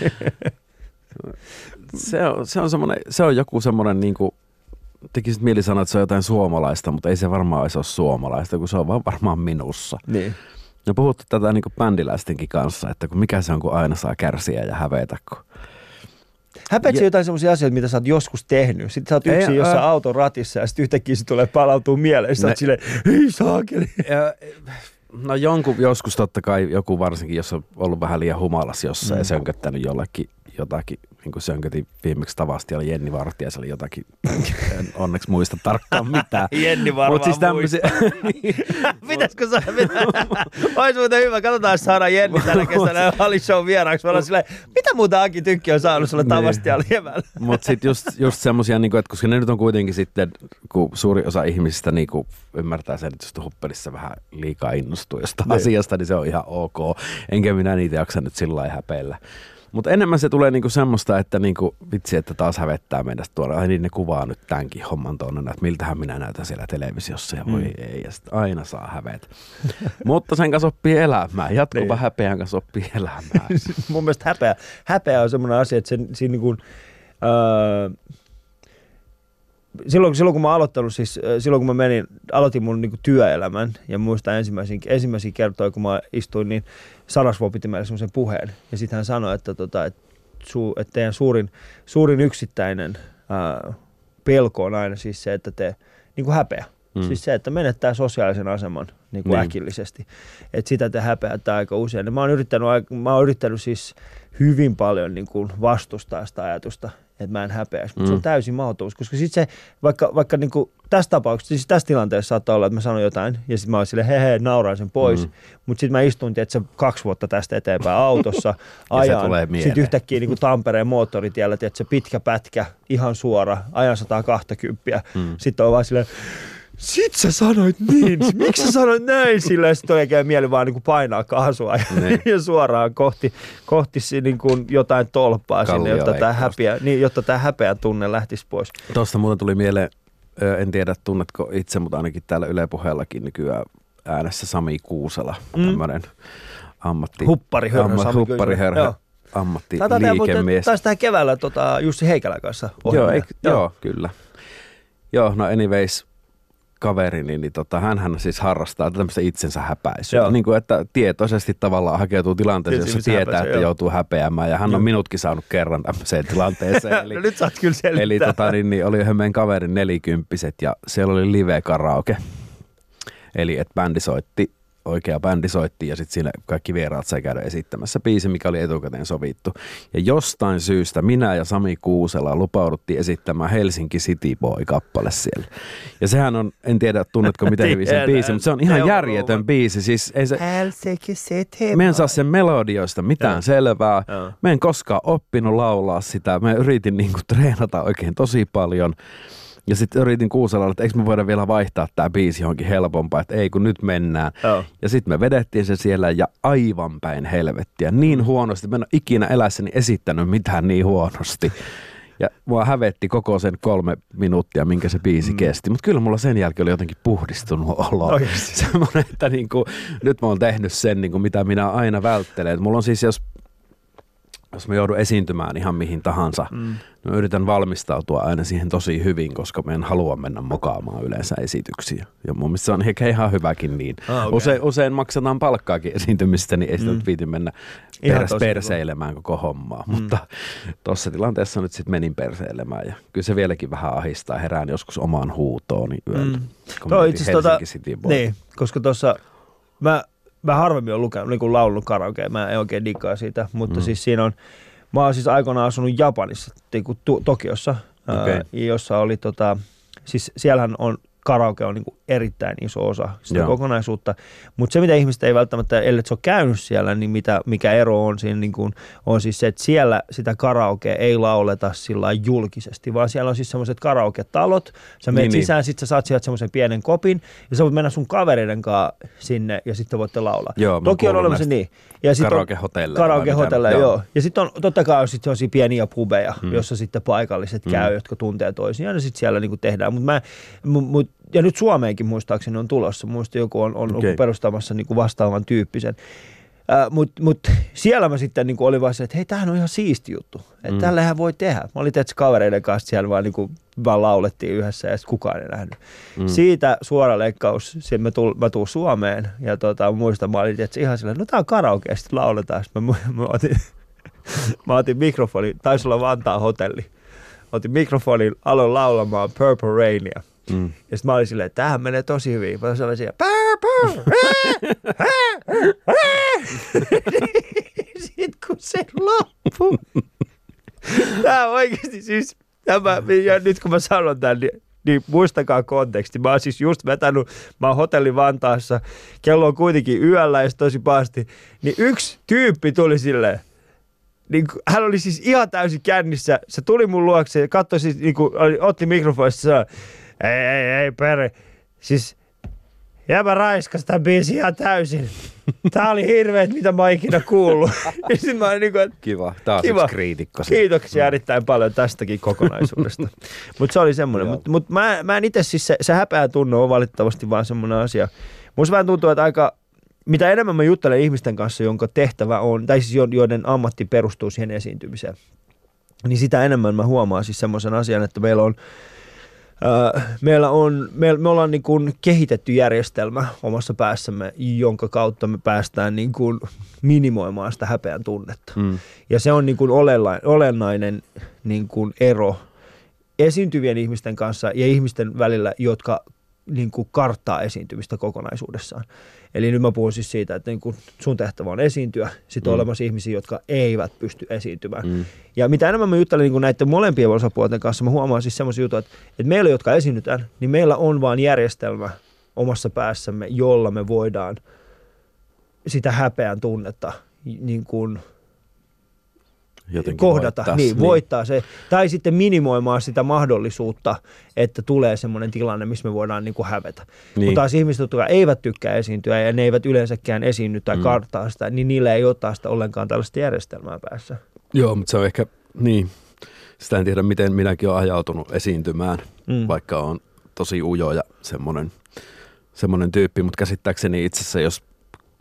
Se on joku semmoinen niinku, tekisit mieli sanoa, että se on jotain suomalaista, mutta ei se varmaan ole suomalaista, kun se on vaan varmaan minussa. Niin. Ja puhuttu tätä niinku bändiläistenkin kanssa, että mikä se on, kun aina saa kärsiä ja hävetä. Häpeätkö jotain sellaisia asioita, mitä sä oot joskus tehnyt? Sitten sä oot yksin jossain auton ratissa ja sitten yhtäkkiä se tulee palautua mieleen. Sä oot silleen, ei saakeli. No joskus totta kai joku varsinkin, jos on ollut vähän liian humalas jossain ja sönköttänyt jotakin, niin kuin sönkötin viimeksi tavasti, oli Jenni Vartija, se oli jotakin, en onneksi muista tarkkaan mitään. Jenni varmaan siis muista. Pitäisikö saada mitään? Olisi muuten hyvä, katsotaan, jos saadaan Jenni tällä kesänä Ali Show vieraaksi. Me ollaan silleen, mitä muuta Aki Tykki on saanut sulle tavasti ja lievällä? Mutta sitten just semmosia, niin että koska ne nyt on kuitenkin sitten, kun suuri osa ihmisistä niin ymmärtää sen, että jos huppelissa vähän liikaa innostuu jostain asiasta, niin se on ihan ok. Enkä minä niitä jaksa nyt sillä lailla häpeillä. Mutta enemmän se tulee niinku semmoista, että niinku, vitsi, että taas hävettää meidät tuolla. Ai niin, ne kuvaa nyt tämänkin homman tuonne, että miltähän minä näytän siellä televisiossa ja voi ei. Ja sitten aina saa hävetä. Mutta sen kanssa oppii elämään. Jatkuva häpeän kanssa oppii elämään. Mun mielestä häpeä on semmoinen asia, että siinä niinku, silloin kun mä silloin kun mä aloitin mun niinku työelämän ja muistan ensimmäisiä kertoja, kun mä istuin, niin Sarasvuo piti meille semmoisen puheen. Ja sitten hän sanoi, että teidän suurin yksittäinen pelko on aina siis se, että te niinku häpeä. Siis se, että menettää sosiaalisen aseman niinku äkillisesti. Että sitä te häpeätte aika usein. Ja mä oon yrittänyt siis hyvin paljon niinku vastustaa sitä ajatusta, että mä en häpeäisi, mutta se on täysin mahdotonta, koska sitten se, vaikka niinku tässä tapauksessa, siis tässä tilanteessa saattaa olla, että mä sanon jotain, ja sitten mä oon silleen, nauraan sen pois, mutta sitten mä istun, tiedätkö, 2 vuotta tästä eteenpäin autossa, ajan, sitten yhtäkkiä niinku Tampereen moottoritiellä, tiedätkö, pitkä pätkä, ihan suora, ajan 120, sitten on vaan silleen, sit sä sanoit niin, miksi sä sanoit näin sillä, ja sitten oikein mieli vaan niin painaa kaasua ja suoraan kohti niin kuin jotain tolppaa sinne, jotta tämä häpeä tunne lähtisi pois. Tuosta muuten tuli mieleen, en tiedä tunnetko itse, mutta ainakin täällä Yle Puheellakin nykyään äänessä Sami Kuusela, tämmöinen huppariherra, ammattiliikemies. Taisi tähän keväällä Jussi Heikälän kanssa. Joo, kyllä. Joo, no anyways. kaverini, niin hänhän siis harrastaa tämmöistä itsensä häpäisyä. Niin kuin, että tietoisesti tavallaan hakeutuu tilanteeseen, jossa tietää, että joutuu häpeämään. Ja hän on minutkin saanut kerran tämmöiseen tilanteeseen. Eli, no nyt saat kyllä selittää. Eli oli yhden meidän kaverin 40 ja siellä oli live-karaoke. Eli että oikea bändi soitti ja sitten siinä kaikki vieraat sai käydä esittämässä biisi, mikä oli etukäteen sovittu. Ja jostain syystä minä ja Sami Kuusela lupauduttiin esittämään Helsinki City Boy-kappale siellä. Ja sehän on, en tiedä tunnetko miten hyvin sen biisi, mutta se on ihan järjetön biisi. Siis ei se, Helsinki City Boy. Mä en saa sen melodioista mitään selvää. Mä en koskaan oppinut laulaa sitä. Mä yritin niinku treenata oikein tosi paljon. Ja sitten yritin Kuuselalle, että eikö me voida vielä vaihtaa tämä biisi johonkin helpompaa, että ei kun nyt mennään. Ja sitten me vedettiin se siellä ja aivan päin helvettiä. Niin huonosti, mä en ole ikinä elässäni esittänyt mitään niin huonosti. Ja mua hävetti koko sen 3 minuuttia, minkä se biisi kesti. Mutta kyllä mulla sen jälkeen oli jotenkin puhdistunut olo. Semmoinen, että niinku, nyt mä oon tehnyt sen, niinku, mitä minä aina välttelen. Mulla on siis, jos mä joudun esiintymään ihan mihin tahansa, mä yritän valmistautua aina siihen tosi hyvin, koska mä en halua mennä mokaamaan yleensä esityksiä. Ja mun mielestä se on ehkä ihan hyväkin niin. Usein maksataan palkkaakin esiintymistä, niin ei sitä viitin mennä perseilemään koko hommaa. Mutta tuossa tilanteessa nyt sitten menin perseilemään ja kyllä se vieläkin vähän ahistaa. Herään joskus omaan huutooni yöllä. Niin, koska tuossa mä harvemmin olen lukenut, niin kuin laulunut karaokea, mä en oikein digaa siitä, mutta siis siinä on, mä oon siis aikoinaan asunut Japanissa, Tokiossa, jossa oli siis siellähän on karaoke on niin kuin erittäin iso osa sitä kokonaisuutta, mutta se mitä ihmiset ei välttämättä, ellei se ole käynyt siellä, niin mikä ero on siinä niin kuin, on siis se, että siellä sitä karaokea ei lauleta sillä julkisesti, vaan siellä on siis semmoiset karaoke-talot, sä menet sisään, sit sä saat sieltä semmoisen pienen kopin ja sä voit mennä sun kavereiden kanssa sinne ja sitten voitte laulaa. Toki on olemassa niin. Karaoke-hotelleja, joo. Ja sitten on totta kai on sitten sellaisia pieniä pubeja, jossa sitten paikalliset käy, jotka tuntee toisiaan ja sitten siellä niinku tehdään. Ja nyt Suomeenkin muistaakseni on tulossa. Muista joku on perustamassa niinku vastaavan tyyppisen. Mutta siellä mä sitten niinku olin vaan se, että hei, tämähän on ihan siisti juttu. Että tällähän voi tehdä. Mä olin tietysti kavereiden kanssa siellä vaan laulettiin yhdessä ja sitten kukaan ei nähnyt. Siitä suora leikkaus, mä tuun Suomeen ja muistan, mä olin tietysti ihan silleen, no tää on karaoke ja sitten lauletaan. Sitten mä otin mikrofonin, taisi olla Vantaan hotelli. Otin mikrofonin, aloin laulamaan Purple Rainia. Ja sitten mä olin silleen, että tämähän menee tosi hyvin. Mä olin siellä, sitten kun se loppui. Tämä oikeasti siis, ja nyt kun mä sanon tämän, niin muistakaa konteksti. Mä oon siis just vetänyt, mä oon hotelli Vantaassa, kello on kuitenkin yöllä ja tosi pahasti. Niin yksi tyyppi tuli silleen, niin hän oli siis ihan täysin kännissä. Se tuli mun luokse ja katsoi siis, niin kuin, otti mikrofonista ja sanoi, ei, Pere. Siis jäbä raiskas tämän biisin ihan täysin. Tää oli hirveet, mitä mä oon ikinä kuullut. Ja mä niin kuin, kiva, taas yksi kriitikko. Kiitoksia erittäin paljon tästäkin kokonaisuudesta. Mutta se oli semmoinen. Mutta mä en itse siis, se häpeä tunne on valitettavasti vaan semmoinen asia. Musta vähän tuntuu, että mitä enemmän mä juttelen ihmisten kanssa, jonka tehtävä on, tai siis joiden ammatti perustuu siihen esiintymiseen, niin sitä enemmän mä huomaan siis semmoisen asian, että me ollaan niin kuin kehitetty järjestelmä omassa päässämme, jonka kautta me päästään niin kuin minimoimaan sitä häpeän tunnetta. Ja se on niin kuin olennainen niin kuin ero esiintyvien ihmisten kanssa ja ihmisten välillä, jotka niin kuin karttaa esiintymistä kokonaisuudessaan. Eli nyt mä puhun siis siitä, että niin kuin sun tehtävä on esiintyä, sitten on olemassa ihmisiä, jotka eivät pysty esiintymään. Ja mitä enemmän mä juttelen niin kuin näiden molempien osapuolten kanssa, mä huomaan siis semmoisia juttuja, että meillä, jotka esiinnytään, niin meillä on vaan järjestelmä omassa päässämme, jolla me voidaan sitä häpeän tunnetta niin kuin kohdata, voittaa se, tai sitten minimoimaan sitä mahdollisuutta, että tulee semmoinen tilanne, missä me voidaan niin kuin hävetä. Mutta taas ihmiset, jotka eivät tykkää esiintyä ja ne eivät yleensäkään esiinny tai karttaa sitä, niin niillä ei ole taas sitä ollenkaan tällaista järjestelmää päässä. Joo, mutta se on ehkä, niin, sitä en tiedä, miten minäkin olen ajautunut esiintymään, vaikka on tosi ujo ja semmoinen tyyppi, mutta käsittääkseni itse asiassa, jos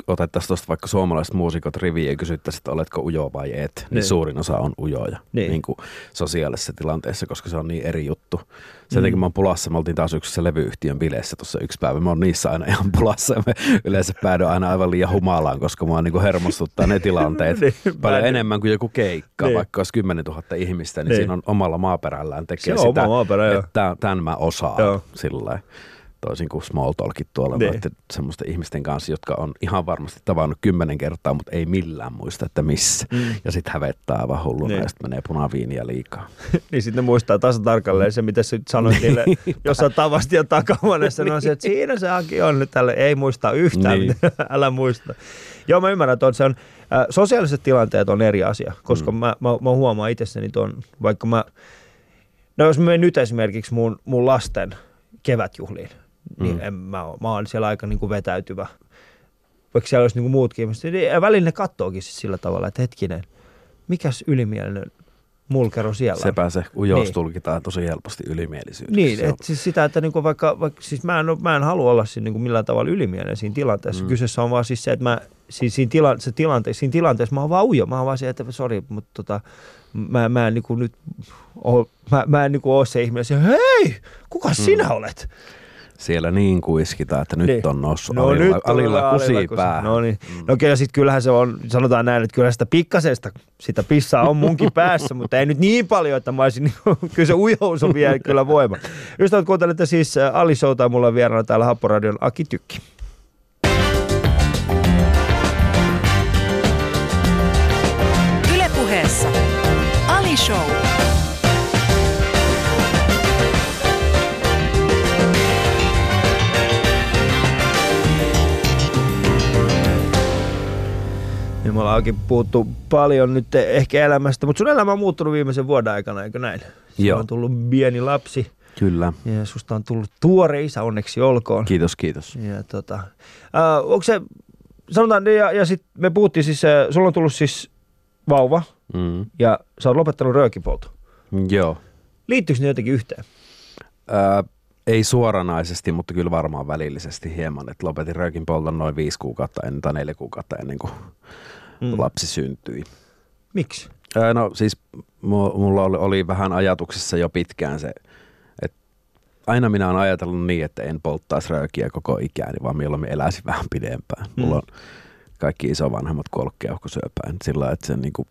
otettaisiin tuosta vaikka suomalaiset muusikot riviin ja kysyttäisiin, että oletko ujo vai et, niin suurin osa on ujoja niin kuin sosiaalisessa tilanteessa, koska se on niin eri juttu. Sen takia mä oon pulassa, me oltiin taas yksissä levyyhtiön bileissä tuossa yksi päivä, mä oon niissä aina ihan pulassa ja me yleensä päädyin aina aivan liian humalaan, koska mua niin hermostuttaa ne tilanteet paljon enemmän kuin joku keikka, vaikka olisi 10 000 ihmistä, niin siinä on omalla maaperällään tekee sitä, että tämän mä osaan sillä toisin kuin small talkit tuolla semmoisten ihmisten kanssa, jotka on ihan varmasti tavannut 10 kertaa, mutta ei millään muista, että missä. Ja sitten hävettää aivan hulluna ja sitten menee punaviiniä liikaa. Niin sitten ne muistaa taas tarkalleen se, mitä sä sanoit niille jossain tavasti ja takahuoneessa. No se, että siinä se Aki on nyt tälle, ei muista yhtään, älä muista. Joo, mä ymmärrän, että se on, sosiaaliset tilanteet on eri asia, koska mä huomaan itsessäni tuon, vaikka no jos mä menen nyt esimerkiksi mun lasten kevätjuhliin, niin mä oon siellä aika niin kuin vetäytyvä. Vaikka siellä olisi niin kuin muutkin ihmiset, niin välillä ne kattookin siis sillä tavalla, että hetkinen, mikäs ylimielinen mulkero siellä on. Sepä se ujous tulkitaan tosi helposti ylimielisyydeksi. Niin, että siis sitä, että niinku vaikka siis mä en halua olla siinä niinku millään tavalla ylimielinen siinä tilanteessa. Kyseessä on vaan siis se, että siinä tilanteessa mä oon vaan ujo. Mä oon vaan se, että sori, mutta mä en niinku nyt mä en niinku oo se ihminen, että hei, kuka sinä olet? Siellä niin kuiskitaan, että nyt on noussut alilla kusi päähän. No niin. No ja sitten kyllähän se on, sanotaan näin, että kyllä sitä pikkasesta, sitä pissaa on munkin päässä, mutta ei nyt niin paljon, että mä olisin, kyllä se ujous on vielä kyllä voima. Ystävät, kuuntelette siis Ali Showta, mulla on vieraana täällä Happoradion Aki Tykki. Yle Puheessa Ali Show. Niin me ollaankin puhuttu paljon nyt ehkä elämästä, mutta sun elämä on muuttunut viimeisen vuoden aikana, eikö näin? Joo. On tullut pieni lapsi. Kyllä. Ja susta on tullut tuore isä, onneksi olkoon. Kiitos, kiitos. Ja onko se, sanotaan, ja sitten me puhuttiin siis, sulla on tullut siis vauva, ja sä oot lopettanut röökinpolton. Joo. Liittyykö ne jotenkin yhteen? Ei suoranaisesti, mutta kyllä varmaan välillisesti hieman, että lopetin röökinpolton noin 5 kuukautta ennen tai 4 kuukautta ennen kuin lapsi syntyi. Miksi? No siis mulla oli vähän ajatuksissa jo pitkään se, että aina minä olen ajatellut niin, että en polttaisi röökiä koko ikäni, vaan mieluummin eläisin vähän pidempään. Mulla on kaikki isovanhemmat kuollut keuhkosyöpään sillä että se niinku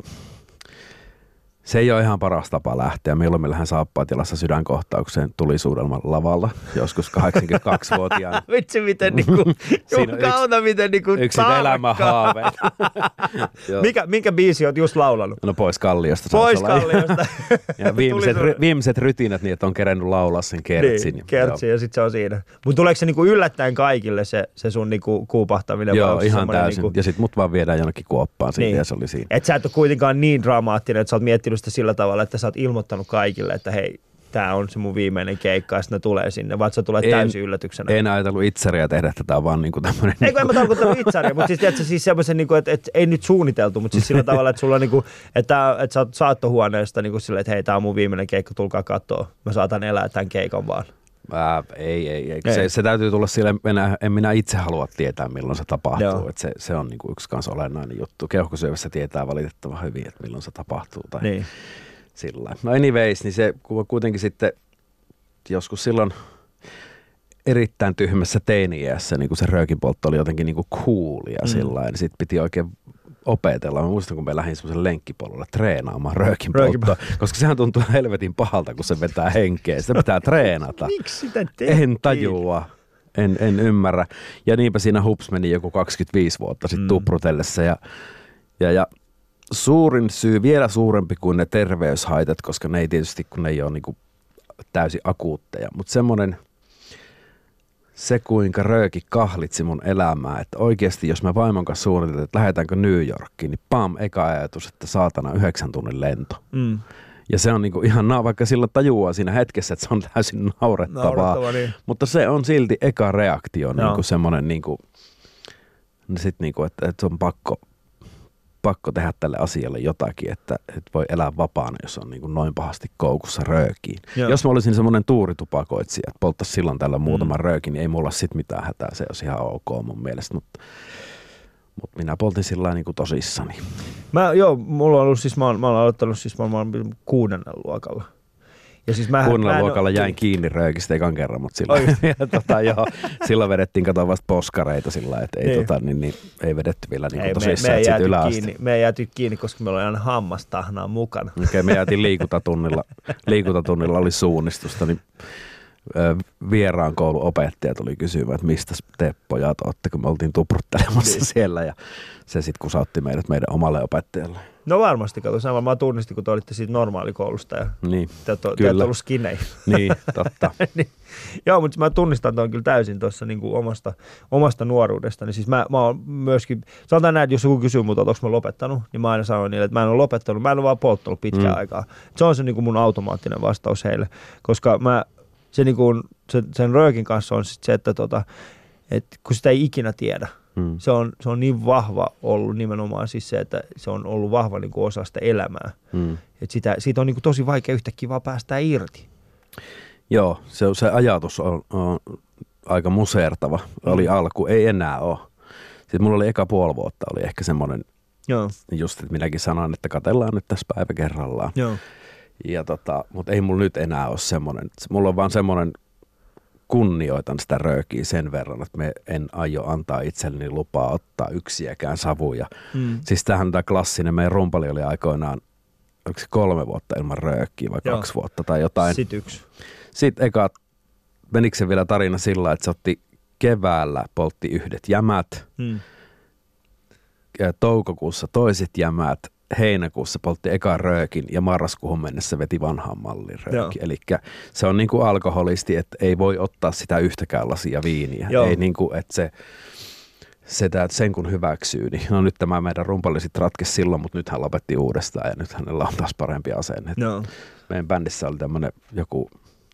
se ei ole ihan paras tapa lähteä. Mieluummin lähden saappaat-jalassa sydänkohtaukseen tulisuudelman lavalla joskus 82-vuotiaana. Vitsi, miten niinku, jumakauta, miten niinku yksi elämän haaveet. Minkä biisi oot just laulanut? No Pois Kalliosta. Pois Kalliosta. Ja viimeiset rytinät niin, että on kerennyt laulaa sen kertsin. Niin, kertsin ja sitten se on siinä. Mutta tuleeko se niinku yllättäen kaikille se sun niinku kuupahtaminen? Joo, ihan täysin. Niinku ja sitten mut vaan viedään jonnekin kuoppaan siitä ja se oli siinä. Et sä et ole kuitenkaan niin dramaattinen, että sä oot miettinyt sitä sillä tavalla, että sä oot ilmoittanut kaikille, että hei, tää on se mun viimeinen keikka, ja sitten ne tulee sinne, vaan sä tulee täysin yllätyksenä. En ajatellut itseäriä tehdä tätä, vaan niinku tämmönen. Eikö en mä tarkoittanut itseäriä, mutta siis tiedätkö, siis semmoisen, niinku, että ei nyt suunniteltu, mutta siis sillä tavalla, että sulla on niinku, että sä oot saattohuoneesta niinku silleen, että hei, tää on mun viimeinen keikka, tulkaa kattoo. Mä saatan elää tämän keikan vaan. Ei. Se täytyy tulla sille, en minä itse halua tietää, milloin se tapahtuu. Että se on niinku yksi kans olennainen juttu. Keuhkosyövässä tietää valitettavan hyvin, että milloin se tapahtuu. Tai niin. Sillä. No anyways, niin se kuitenkin sitten joskus silloin erittäin tyhmässä teini-iässä niin se röökinpoltto oli jotenkin niin coolia sillä niin sitten piti oikein opetella. Mä muistan, kun me lähdin semmoisen lenkkipolulle treenaamaan röökinpolttoa, koska sehän tuntuu helvetin pahalta, kun se vetää henkeä. Sitä pitää treenata. Miksi sitä tehtiin? En tajua. En ymmärrä. Ja niinpä siinä hups meni joku 25 vuotta sitten tuprutellessa. Ja suurin syy, vielä suurempi kuin ne terveyshaitat, koska ne ei tietysti, kun ne ei ole niinku täysin akuutteja, mutta semmoinen se, kuinka rööki kahlitsi mun elämää, että oikeasti jos mä vaimon kanssa suunniteltiin, että lähdetäänkö New Yorkiin, niin eka ajatus, että saatana 9 tunnin lento. Ja se on niinku ihan, vaikka sillä tajuaa siinä hetkessä, että se on täysin naurettavaa, niin. Mutta se on silti eka reaktio, niinku semmoinen, niinku, että on pakko tehdä tälle asialle jotakin, että voi elää vapaana, jos on niin kuin noin pahasti koukussa röökiin. Joo. Jos mä olisin semmoinen tuuritupakoitsija, että polttaisi silloin tällä muutaman röökin, niin ei mulla sit mitään hätää, se olisi ihan ok mun mielestä. Mutta minä poltin sillä lailla niin tosissani. Mulla on ollut siis, mä oon aloittanut siis mä oon 6. luokalla. Ja siis 6. luokalla jäin kiinni röökistä ekan kerran, mutta silloin vedettiin vasta poskareita sillä että ei, ei vedetty vielä niin tosissaan yläaste. Me ei jääty kiinni, koska meillä oli aina hammastahnaa mukana. Me jäätiin liikuntatunnilla. Liikuntatunnilla oli suunnistusta, niin vieraan koulun opettaja tuli kysymään, että mistä te pojat olette, kun me oltiin tupruttelemassa siellä ja se sitten kusautti meidän omalle opettajalle. No varmasti, kato, sen varmaan tunnistin, kun te olitte siitä normaalikoulusta ja niin, te ette ollut skinei. Niin, totta. Niin. Joo, mutta mä tunnistan tuon kyllä täysin tuossa niin kuin omasta nuoruudestani. Siis mä oon myöskin, sanotaan näin, että jos joku kysyy multa, että onko mä lopettanut, niin mä aina sanon niille, että mä en ole lopettanut, mä en ole vaan polttanut pitkään aikaa. Se on se niin kuin mun automaattinen vastaus heille, koska sen röökin kanssa on sit se, että kun sitä ei ikinä tiedä, se on niin vahva ollut nimenomaan siis se, että se on ollut vahva niin kuin osa sitä elämää. Että siitä on niin kuin tosi vaikea yhtäkkiä vaan päästää irti. Joo, se ajatus on aika musertava. Oli alku, ei enää ole. Sitten mulla oli eka puoli vuotta, oli ehkä semmoinen, just että minäkin sanoin, että katsellaan nyt tässä päivä kerrallaan. Joo. Ja mutta ei mulla nyt enää ole semmoinen. Mulla on vaan semmoinen, kunnioitan sitä röökiä sen verran, että me en aio antaa itselleni lupaa ottaa yksiäkään savuja. Siis tämähän tämä klassinen, meidän rumpali oli aikoinaan, oliko se 3 vuotta ilman röökiä vai 2 vuotta tai jotain. Sitten 1. Sitten menikö se vielä tarina sillä, että se otti keväällä, poltti 1 jämät, toukokuussa toiset jämät, heinäkuussa poltti ekan röökin ja marraskuuhun mennessä veti vanhaan mallin rööki. Eli se on niin kuin alkoholisti, että ei voi ottaa sitä yhtäkään lasia viiniä. Ei niin kuin, että sen kun hyväksyy. Niin, no nyt tämä meidän rumpali sitten ratkesi silloin, mutta nyt hän lopetti uudestaan ja nyt hänellä on taas parempi asenne. Meidän bändissä oli tämmöinen joku,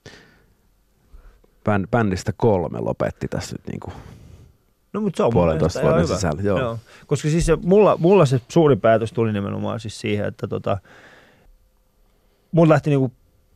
bändistä 3 lopetti tässä nyt niin kuin. No, mutta se on puolentoista vuoden sisällä. Joo. Koska siis mulla se suurin päätös tuli nimenomaan siis siihen, että mun lähti niinku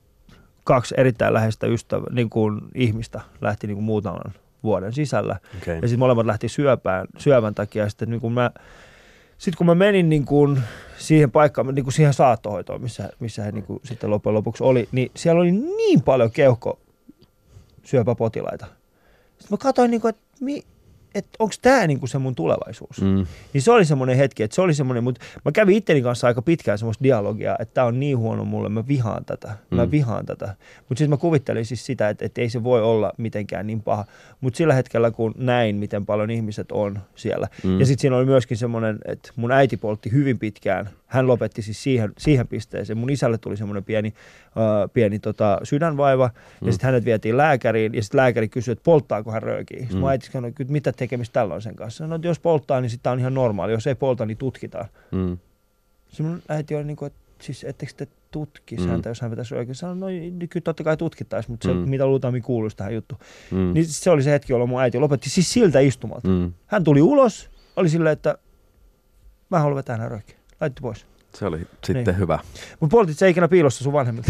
2 erittäin läheistä ihmistä lähti niinku muutaman vuoden sisällä. Okay. Ja sitten molemmat lähti syövän takia. Sitten niin kun mä menin niinku siihen paikkaan, niinku siihen saattohoitoon, missä he niinku sitten loppujen lopuksi oli, niin siellä oli niin paljon keuhkosyöpäpotilaita. Sitten mä katsoin, niinku, että onko tämä niinku se mun tulevaisuus. Niin se oli semmoinen hetki, että se oli semmoinen, mutta mä kävin itteni kanssa aika pitkään semmoista dialogia, että tämä on niin huono mulle, mä vihaan tätä. Mutta sitten mä kuvittelin siis sitä, että ei se voi olla mitenkään niin paha. Mutta sillä hetkellä, kun näin, miten paljon ihmiset on siellä. Ja sitten siinä oli myöskin semmoinen, että mun äiti poltti hyvin pitkään. Hän lopetti siis siihen pisteeseen. Mun isälle tuli semmoinen pieni sydänvaiva, ja sitten hänet vietiin lääkäriin, ja sitten lääkäri kysyi, että polttaako hän röökiä. Sitten mun äiti sanoi, että mitä tekemistä tällä on sen kanssa. Sanoi, että jos polttaa, niin sitten on ihan normaali. Jos ei polta, niin tutkitaan. Sitten mun äiti oli niin kuin, että siis ettekö te tutkisi häntä, jos hän vetäisi röökiä. Sanoin, no kyllä totta kai tutkittaisiin, mutta se, mitä luultavasti kuuluisi tähän juttuun. Niin se oli se hetki, jolloin mun äiti lopetti siis siltä istumalta. Hän tuli ulos, oli silleen, että mä haluan vetää hänä röökiä. Laitti pois. Se oli sitten hyvä. Mutta poltit se ikinä piilossa sun vanhemmilta?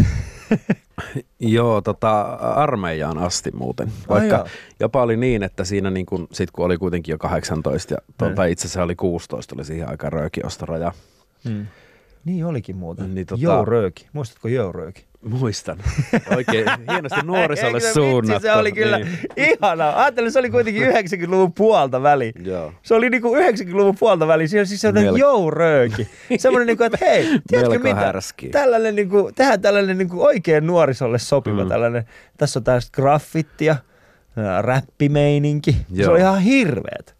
Joo, armeijaan asti muuten. Vaikka jopa oli niin, että siinä niin kun, sit kun oli kuitenkin jo 18 ja itse asiassa oli 16, oli siihen aikaan röökiostoraja. Niin olikin muuten. Niin, Jourööki. Muistatko Jourööki? Muistan. Oikein hienosti nuorisolle suunnattu. Se oli kyllä ihanaa. Ajattelin, se oli kuitenkin 90-luvun puolta väliin. Se oli niinku 90-luvun puolta väliin. Siinä on siis sellainen Jourööki. Semmoinen niinku, että hei, tiedätkö mitä? Tällainen niinku, tehdään tällainen niinku oikein nuorisolle sopiva tällainen. Tässä on tällaista graffittia, räppimeininki. Se oli ihan hirveet.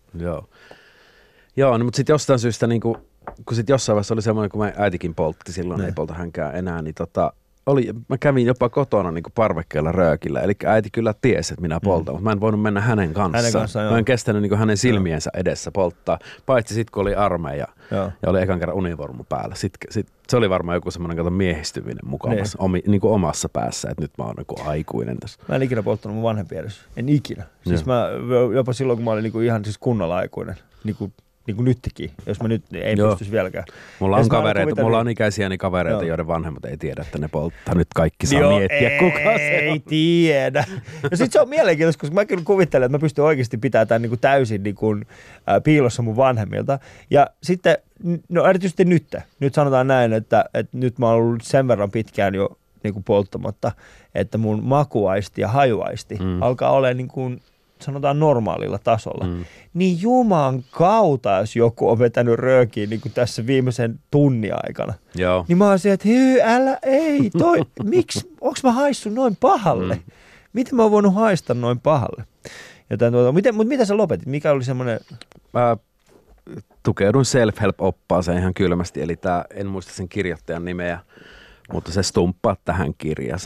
Joo, no, mutta sitten jostain syystä niinku, kun sitten jossain vaiheessa oli semmoinen, kun äitikin poltti silloin, ei polta hänkään enää, niin mä kävin jopa kotona niin kuin parvekkeella röökillä, eli äiti kyllä tiesi, että minä poltan, mutta mä en voinut mennä hänen kanssaan. Mä en kestänyt niin kuin hänen silmiensä edessä polttaa, paitsi sitten kun oli armeija ja oli ekan kerran univormu päällä. Sitten se oli varmaan joku semmoinen miehistyminen mukamassa, niin kuin omassa päässä, että nyt mä oon niin aikuinen tässä. Mä en ikinä polttanut mun vanhempien edes, en ikinä. Siis mä jopa silloin, kun mä olin niin kuin ihan siis kunnolla aikuinen, niin kuin niin kuin nytkin, jos mä nyt ei pystyisi vieläkään. Mulla on ikäisiäni kavereita, joiden vanhemmat ei tiedä, että ne polttaa. Nyt kaikki saa miettiä, kuka se on. Ei tiedä. Ja sit se on mielenkiintoista, koska mä kyllä kuvittelen, että mä pystyn oikeasti pitämään tämän niin kuin täysin niin kuin, piilossa mun vanhemmilta. Ja sitten, no erityisesti nyt sanotaan näin, että nyt mä oon ollut sen verran pitkään jo niin kuin polttamatta, että mun makuaisti ja hajuaisti alkaa olemaan niin kuin, sanotaan normaalilla tasolla, niin juman kautta, jos joku on vetänyt röökiä niin kuin tässä viimeisen tunnin aikana, niin mä oon se, että miksi, onks mä haissut noin pahalle? Miten mä oon voinut haistaa noin pahalle? Mutta mitä sä lopetit? Mikä oli semmoinen? Mä tukeudun self-help-oppaaseen ihan kylmästi, eli en muista sen kirjoittajan nimeä, mutta se stumppaa tähän kirjaan.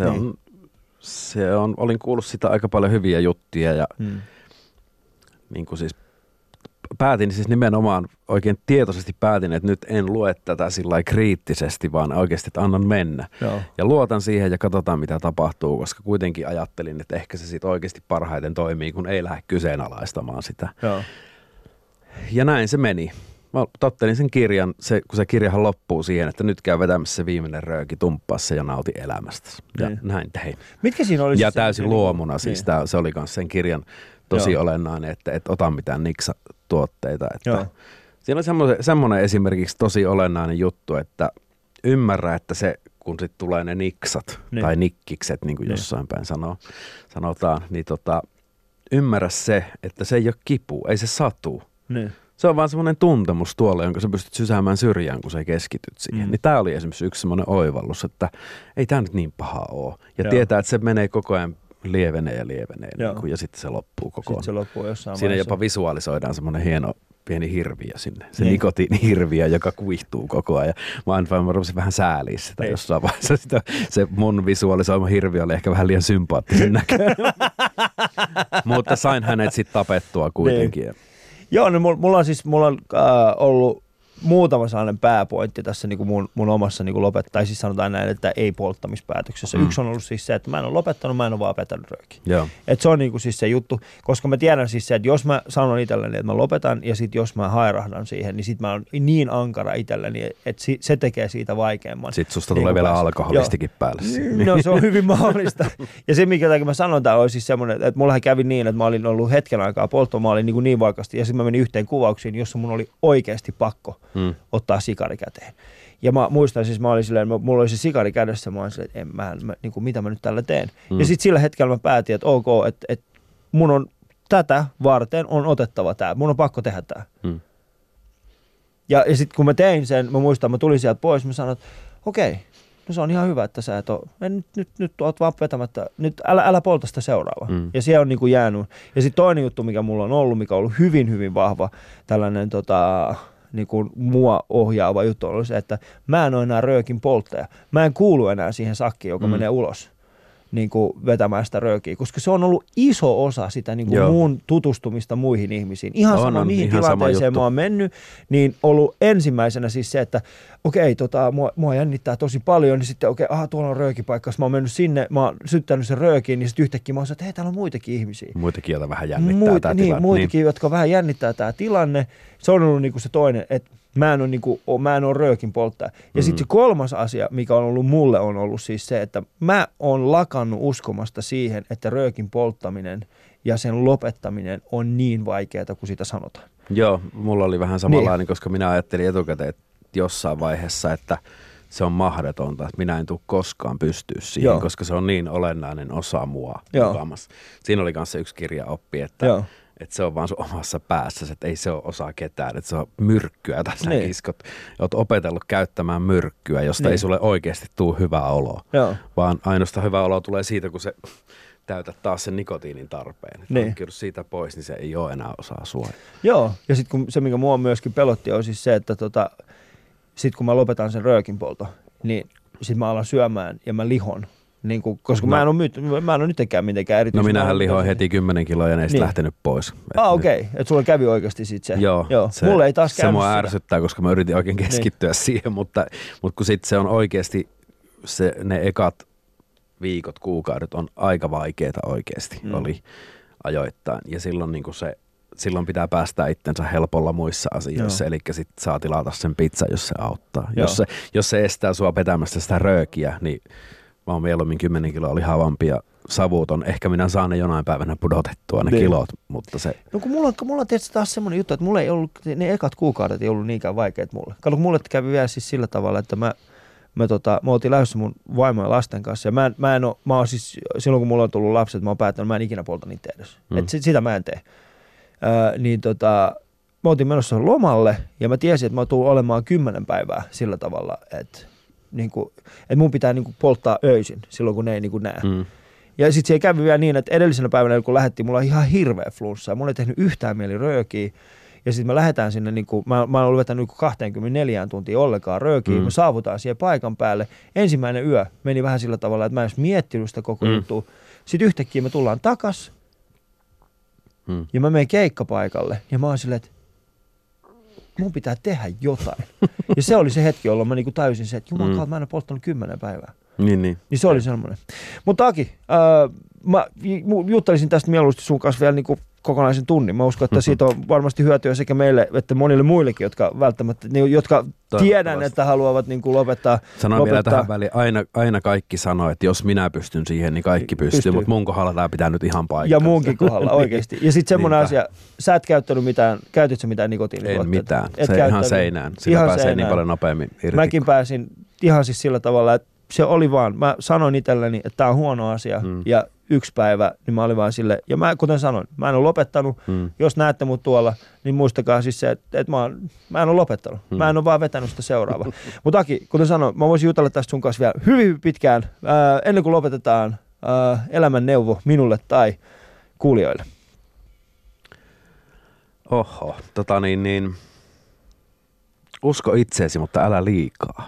Olin kuullut sitä aika paljon hyviä juttuja ja niin kuin siis päätin siis nimenomaan oikein tietoisesti päätin, että nyt en lue tätä sillä lailla kriittisesti, vaan oikeasti, että annan mennä. Joo. Ja luotan siihen ja katsotaan, mitä tapahtuu, koska kuitenkin ajattelin, että ehkä se sitten oikeasti parhaiten toimii, kun ei lähde kyseenalaistamaan sitä. Joo. Ja näin se meni. Mä tottelin sen kirjan, kun se kirjahan loppuu siihen, että nyt käy vetämässä se viimeinen rööki tumppaassa ja nauti elämästä. Ja näin tein. Mitkä siinä oli? Ja täysin luomuna siis. Se oli myös sen kirjan tosi olennainen, että et ota mitään niksatuotteita. Siinä on semmoinen esimerkiksi tosi olennainen juttu, että ymmärrä, että se kun sitten tulee ne niksat tai nikkikset, niin kuin jossain päin sanotaan, niin ymmärrä se, että se ei ole kipu, ei se satu. Se on vaan semmoinen tuntemus tuolla, jonka sä pystyt sysäämään syrjään, kun sä keskityt siihen. Niin tää oli esimerkiksi yksi semmoinen oivallus, että ei tää nyt niin paha ole. Ja tietää, että se menee koko ajan lievenee ja sitten se loppuu kokonaan. Sitten se loppuu jossain Siinä jopa visualisoidaan semmoinen hieno pieni hirviö sinne. Se nikotiinihirviö, joka kuihtuu koko ajan. Mä rupesin vähän sääliä sitä jossain vaiheessa. Se mun visualisoima hirviö oli ehkä vähän liian sympaattisen näköinen. Mutta sain hänet sitten tapettua kuitenkin. Joo, no mulla on ollut muutama sellainen pääpointti tässä niin kuin mun omassa niin kuin tai siis sanotaan näin, että ei polttamispäätöksessä. Yksi on ollut siis se, että mä en ole lopettanut, mä en ole vaan vetänyt röökiä. Että se on niin kuin siis se juttu, koska mä tiedän siis se, että jos mä sanon itselleni, että mä lopetan ja sitten jos mä hairahdan siihen, niin sitten mä oon niin ankara itselleni, että se tekee siitä vaikeamman. Sitten susta tulee vielä alkoholistikin päälle. No se on hyvin mahdollista. Ja se, mikä mä sanon, tämä oli siis semmoinen, että mullahan kävi niin, että mä olin ollut hetken aikaa polttoon, mä olin niin vaikeasti ja sitten mä menin yhteen kuvauksiin, jossa mun oli oikeasti pakko ottaa sikari käteen. Ja mä muistan siis, mä olin silleen, mulla oli se sikari kädessä, mä olin silleen, että niin kuin, mitä mä nyt tällä teen. Ja sitten sillä hetkellä mä päätin, että ok, että mun on tätä varten on otettava tää, mun on pakko tehdä tää. Ja sitten kun mä tein sen, mä muistan, mä tulin sieltä pois, mä sanoin, että okei, no se on ihan hyvä, että sä et ole, nyt oot vaan vetämättä, nyt älä polta sitä seuraavaa. Ja siellä on niin kuin jäänyt. Ja sitten toinen juttu, mikä mulla on ollut, mikä on ollut hyvin, hyvin vahva, tällainen niin kuin mua ohjaava juttu on se, että mä en ole enää röökin polttaja. Mä en kuulu enää siihen sakkiin, joka menee ulos niin kuin vetämään sitä röökiä, koska se on ollut iso osa sitä niin kuin mun tutustumista muihin ihmisiin. Ihan sama, mihin tilanteeseen mä oon mennyt, niin ollut ensimmäisenä siis se, että okei, mua jännittää tosi paljon, niin sitten tuolla on röökipaikka, mä oon mennyt sinne, mä oon syttänyt sen röökiin, niin sitten yhtäkkiä mä oon että hei, täällä on muitakin ihmisiä. Muitakin, joita vähän jännittää tämä tilanne. Muitakin, jotka vähän jännittää tämä tilanne. Se on ollut niin kuin se toinen, että mä en ole röökin polttaja. Ja sitten se kolmas asia, mikä on ollut mulle, on ollut siis se, että mä oon lakannut uskomasta siihen, että röökin polttaminen ja sen lopettaminen on niin vaikeaa kuin sitä sanotaan. Joo, mulla oli vähän samanlainen, koska minä ajattelin etukäteen jossain vaiheessa, että se on mahdotonta, että minä en tule koskaan pystyä siihen, koska se on niin olennainen osa mua. Siinä oli kanssa yksi kirjaoppi, että se on vaan sun omassa päässä, että ei se ole osa ketään, että se on myrkkyä tässä iskot. Olet opetellut käyttämään myrkkyä, josta ei sulle oikeasti tule hyvää oloa, vaan ainoastaan hyvä olo tulee siitä, kun se täytät taas sen nikotiinin tarpeen. Että kun siitä pois, niin se ei ole enää osaa sua. Joo, ja sitten se, mikä mua myöskin pelotti, on siis se, että sitten kun mä lopetan sen röökin polton, niin sitten mä alan syömään ja mä lihon. Niin kuin, koska mä en ole nytkään mitenkään erityisesti. No minähän lihoin heti 10 kiloa ja ne ei lähtenyt pois. Okei. Että sulla kävi oikeasti sit se. Joo. Mulle ei taas käynyt se mua ärsyttää, koska mä yritin oikein keskittyä siihen, mutta kun sitten se on oikeasti, ne ekat viikot, kuukaudet on aika vaikeita oikeasti oli ajoittain. Ja silloin niin kuin se silloin pitää päästää itsensä helpolla muissa asioissa, eli sit saa tilata sen pizza, jos se auttaa. Jos se estää sua vetämästä sitä röökiä, niin mä oon mieluummin 10 kiloa lihavampi ja savuton. Ehkä minä saan ne jonain päivänä pudotettua ne kilot, mutta se... No kun mulla on tietysti taas semmoinen juttu, että mulla ei ollut, ne ekat kuukaudet ei ollut niinkään vaikeat mulle. Kato, mulle kävi vielä siis sillä tavalla, että mä oltiin lähdössä mun vaimon ja lasten kanssa, ja mä oon siis, silloin kun mulla on tullut lapset, mä oon päättänyt, että mä en ikinä polta niitä edes. Sitä mä en tee. Mä oltiin menossa lomalle, ja mä tiesin, että mä tuun olemaan 10 päivää sillä tavalla, että mun pitää polttaa öisin silloin, kun ne ei näe. Ja sitten se kävi vielä niin, että edellisenä päivänä, kun lähdettiin, mulla on ihan hirveä flunssa, ja mulla ei tehnyt yhtään mieli röökiä. Ja sitten me lähdetään sinne, mä oon vetänyt 24 tuntia ollenkaan röökiä, me saavutaan siihen paikan päälle. Ensimmäinen yö meni vähän sillä tavalla, että mä en edes miettinyt sitä koko juttua. Sitten yhtäkkiä me tullaan takas, ja mä menen keikkapaikalle, ja mä oon silleen, että mun pitää tehdä jotain. Ja se oli se hetki, jolloin mä tajusin se, että jumalan kautta mä en ole polttanut 10 päivää. Niin se oli semmoinen. Mutta Aki, mä juttelisin tästä mieluusti sun kanssa vielä kokonaisen tunnin. Mä uskon, että siitä on varmasti hyötyä sekä meille että monille muillekin, jotka välttämättä, jotka tiedän, että haluavat lopettaa. Sanon vielä tähän väliin, aina kaikki sanoo, että jos minä pystyn siihen, niin kaikki pystyy, mutta mun kohdalla tämä pitää nyt ihan paikkaa. Ja munkin kohdalla oikeasti. Ja sitten semmoinen asia, sä et käytit sä mitään nikotiinituotteita? En mitään, se ihan seinään. Sillä pääsee seinään. Niin paljon nopeammin irti. Mäkin pääsin ihan siis sillä tavalla, että se oli vaan, mä sanoin itselleni, että tämä on huono asia ja yksi päivä, niin mä olin vaan silleen, ja mä kuten sanoin, mä en ole lopettanut, jos näette mut tuolla, niin muistakaa siis se, että mä en ole lopettanut, mä en ole vaan vetänyt sitä seuraavaa. Mutta Aki, kuten sanoin, mä voisin jutella tästä sun kanssa vielä hyvin pitkään, ennen kuin lopetetaan elämän neuvo minulle tai kuulijoille. Oho, usko itseesi, mutta älä liikaa.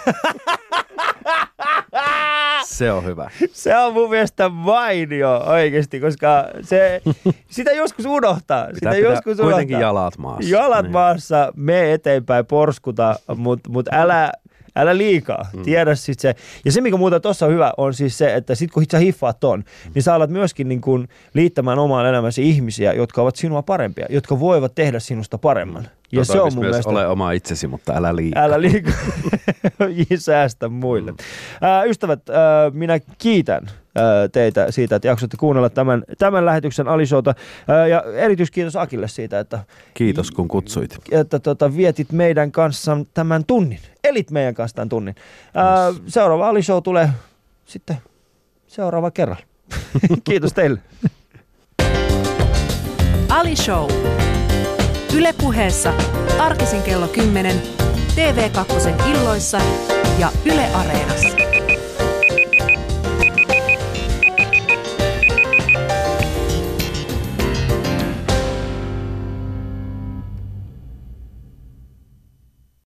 Se on hyvä. Se on mun mielestä mainio oikeasti, koska sitä joskus unohtaa. Pitää kuitenkin jalat maassa. Jalat maassa, mene eteenpäin, porskuta, mutta älä liikaa. Tiedä sit se. Ja se, mikä muuta tuossa on hyvä, on siis se, että sit kun sä hiffaat ton, niin sä alat myöskin liittämään omaan elämäsi ihmisiä, jotka ovat sinua parempia, jotka voivat tehdä sinusta paremman. Ja se on mun mielestä... Ole oma itsesi, mutta älä liikaa. Älä liikaa. Säästä muille. Ystävät, minä kiitän teitä siitä, että jaksoitte kuunnella tämän lähetyksen Ali-showta. Ja erityiskiitos Akille siitä, että... Kiitos, kun kutsuit. Että vietit meidän kanssa tämän tunnin. Elit meidän kanssa tämän tunnin. Seuraava Ali-show tulee sitten seuraava kerralla. Kiitos teille. Ali-show. Yle Puheessa arkisin kello 10, TV2 illoissa ja Yle Areenassa.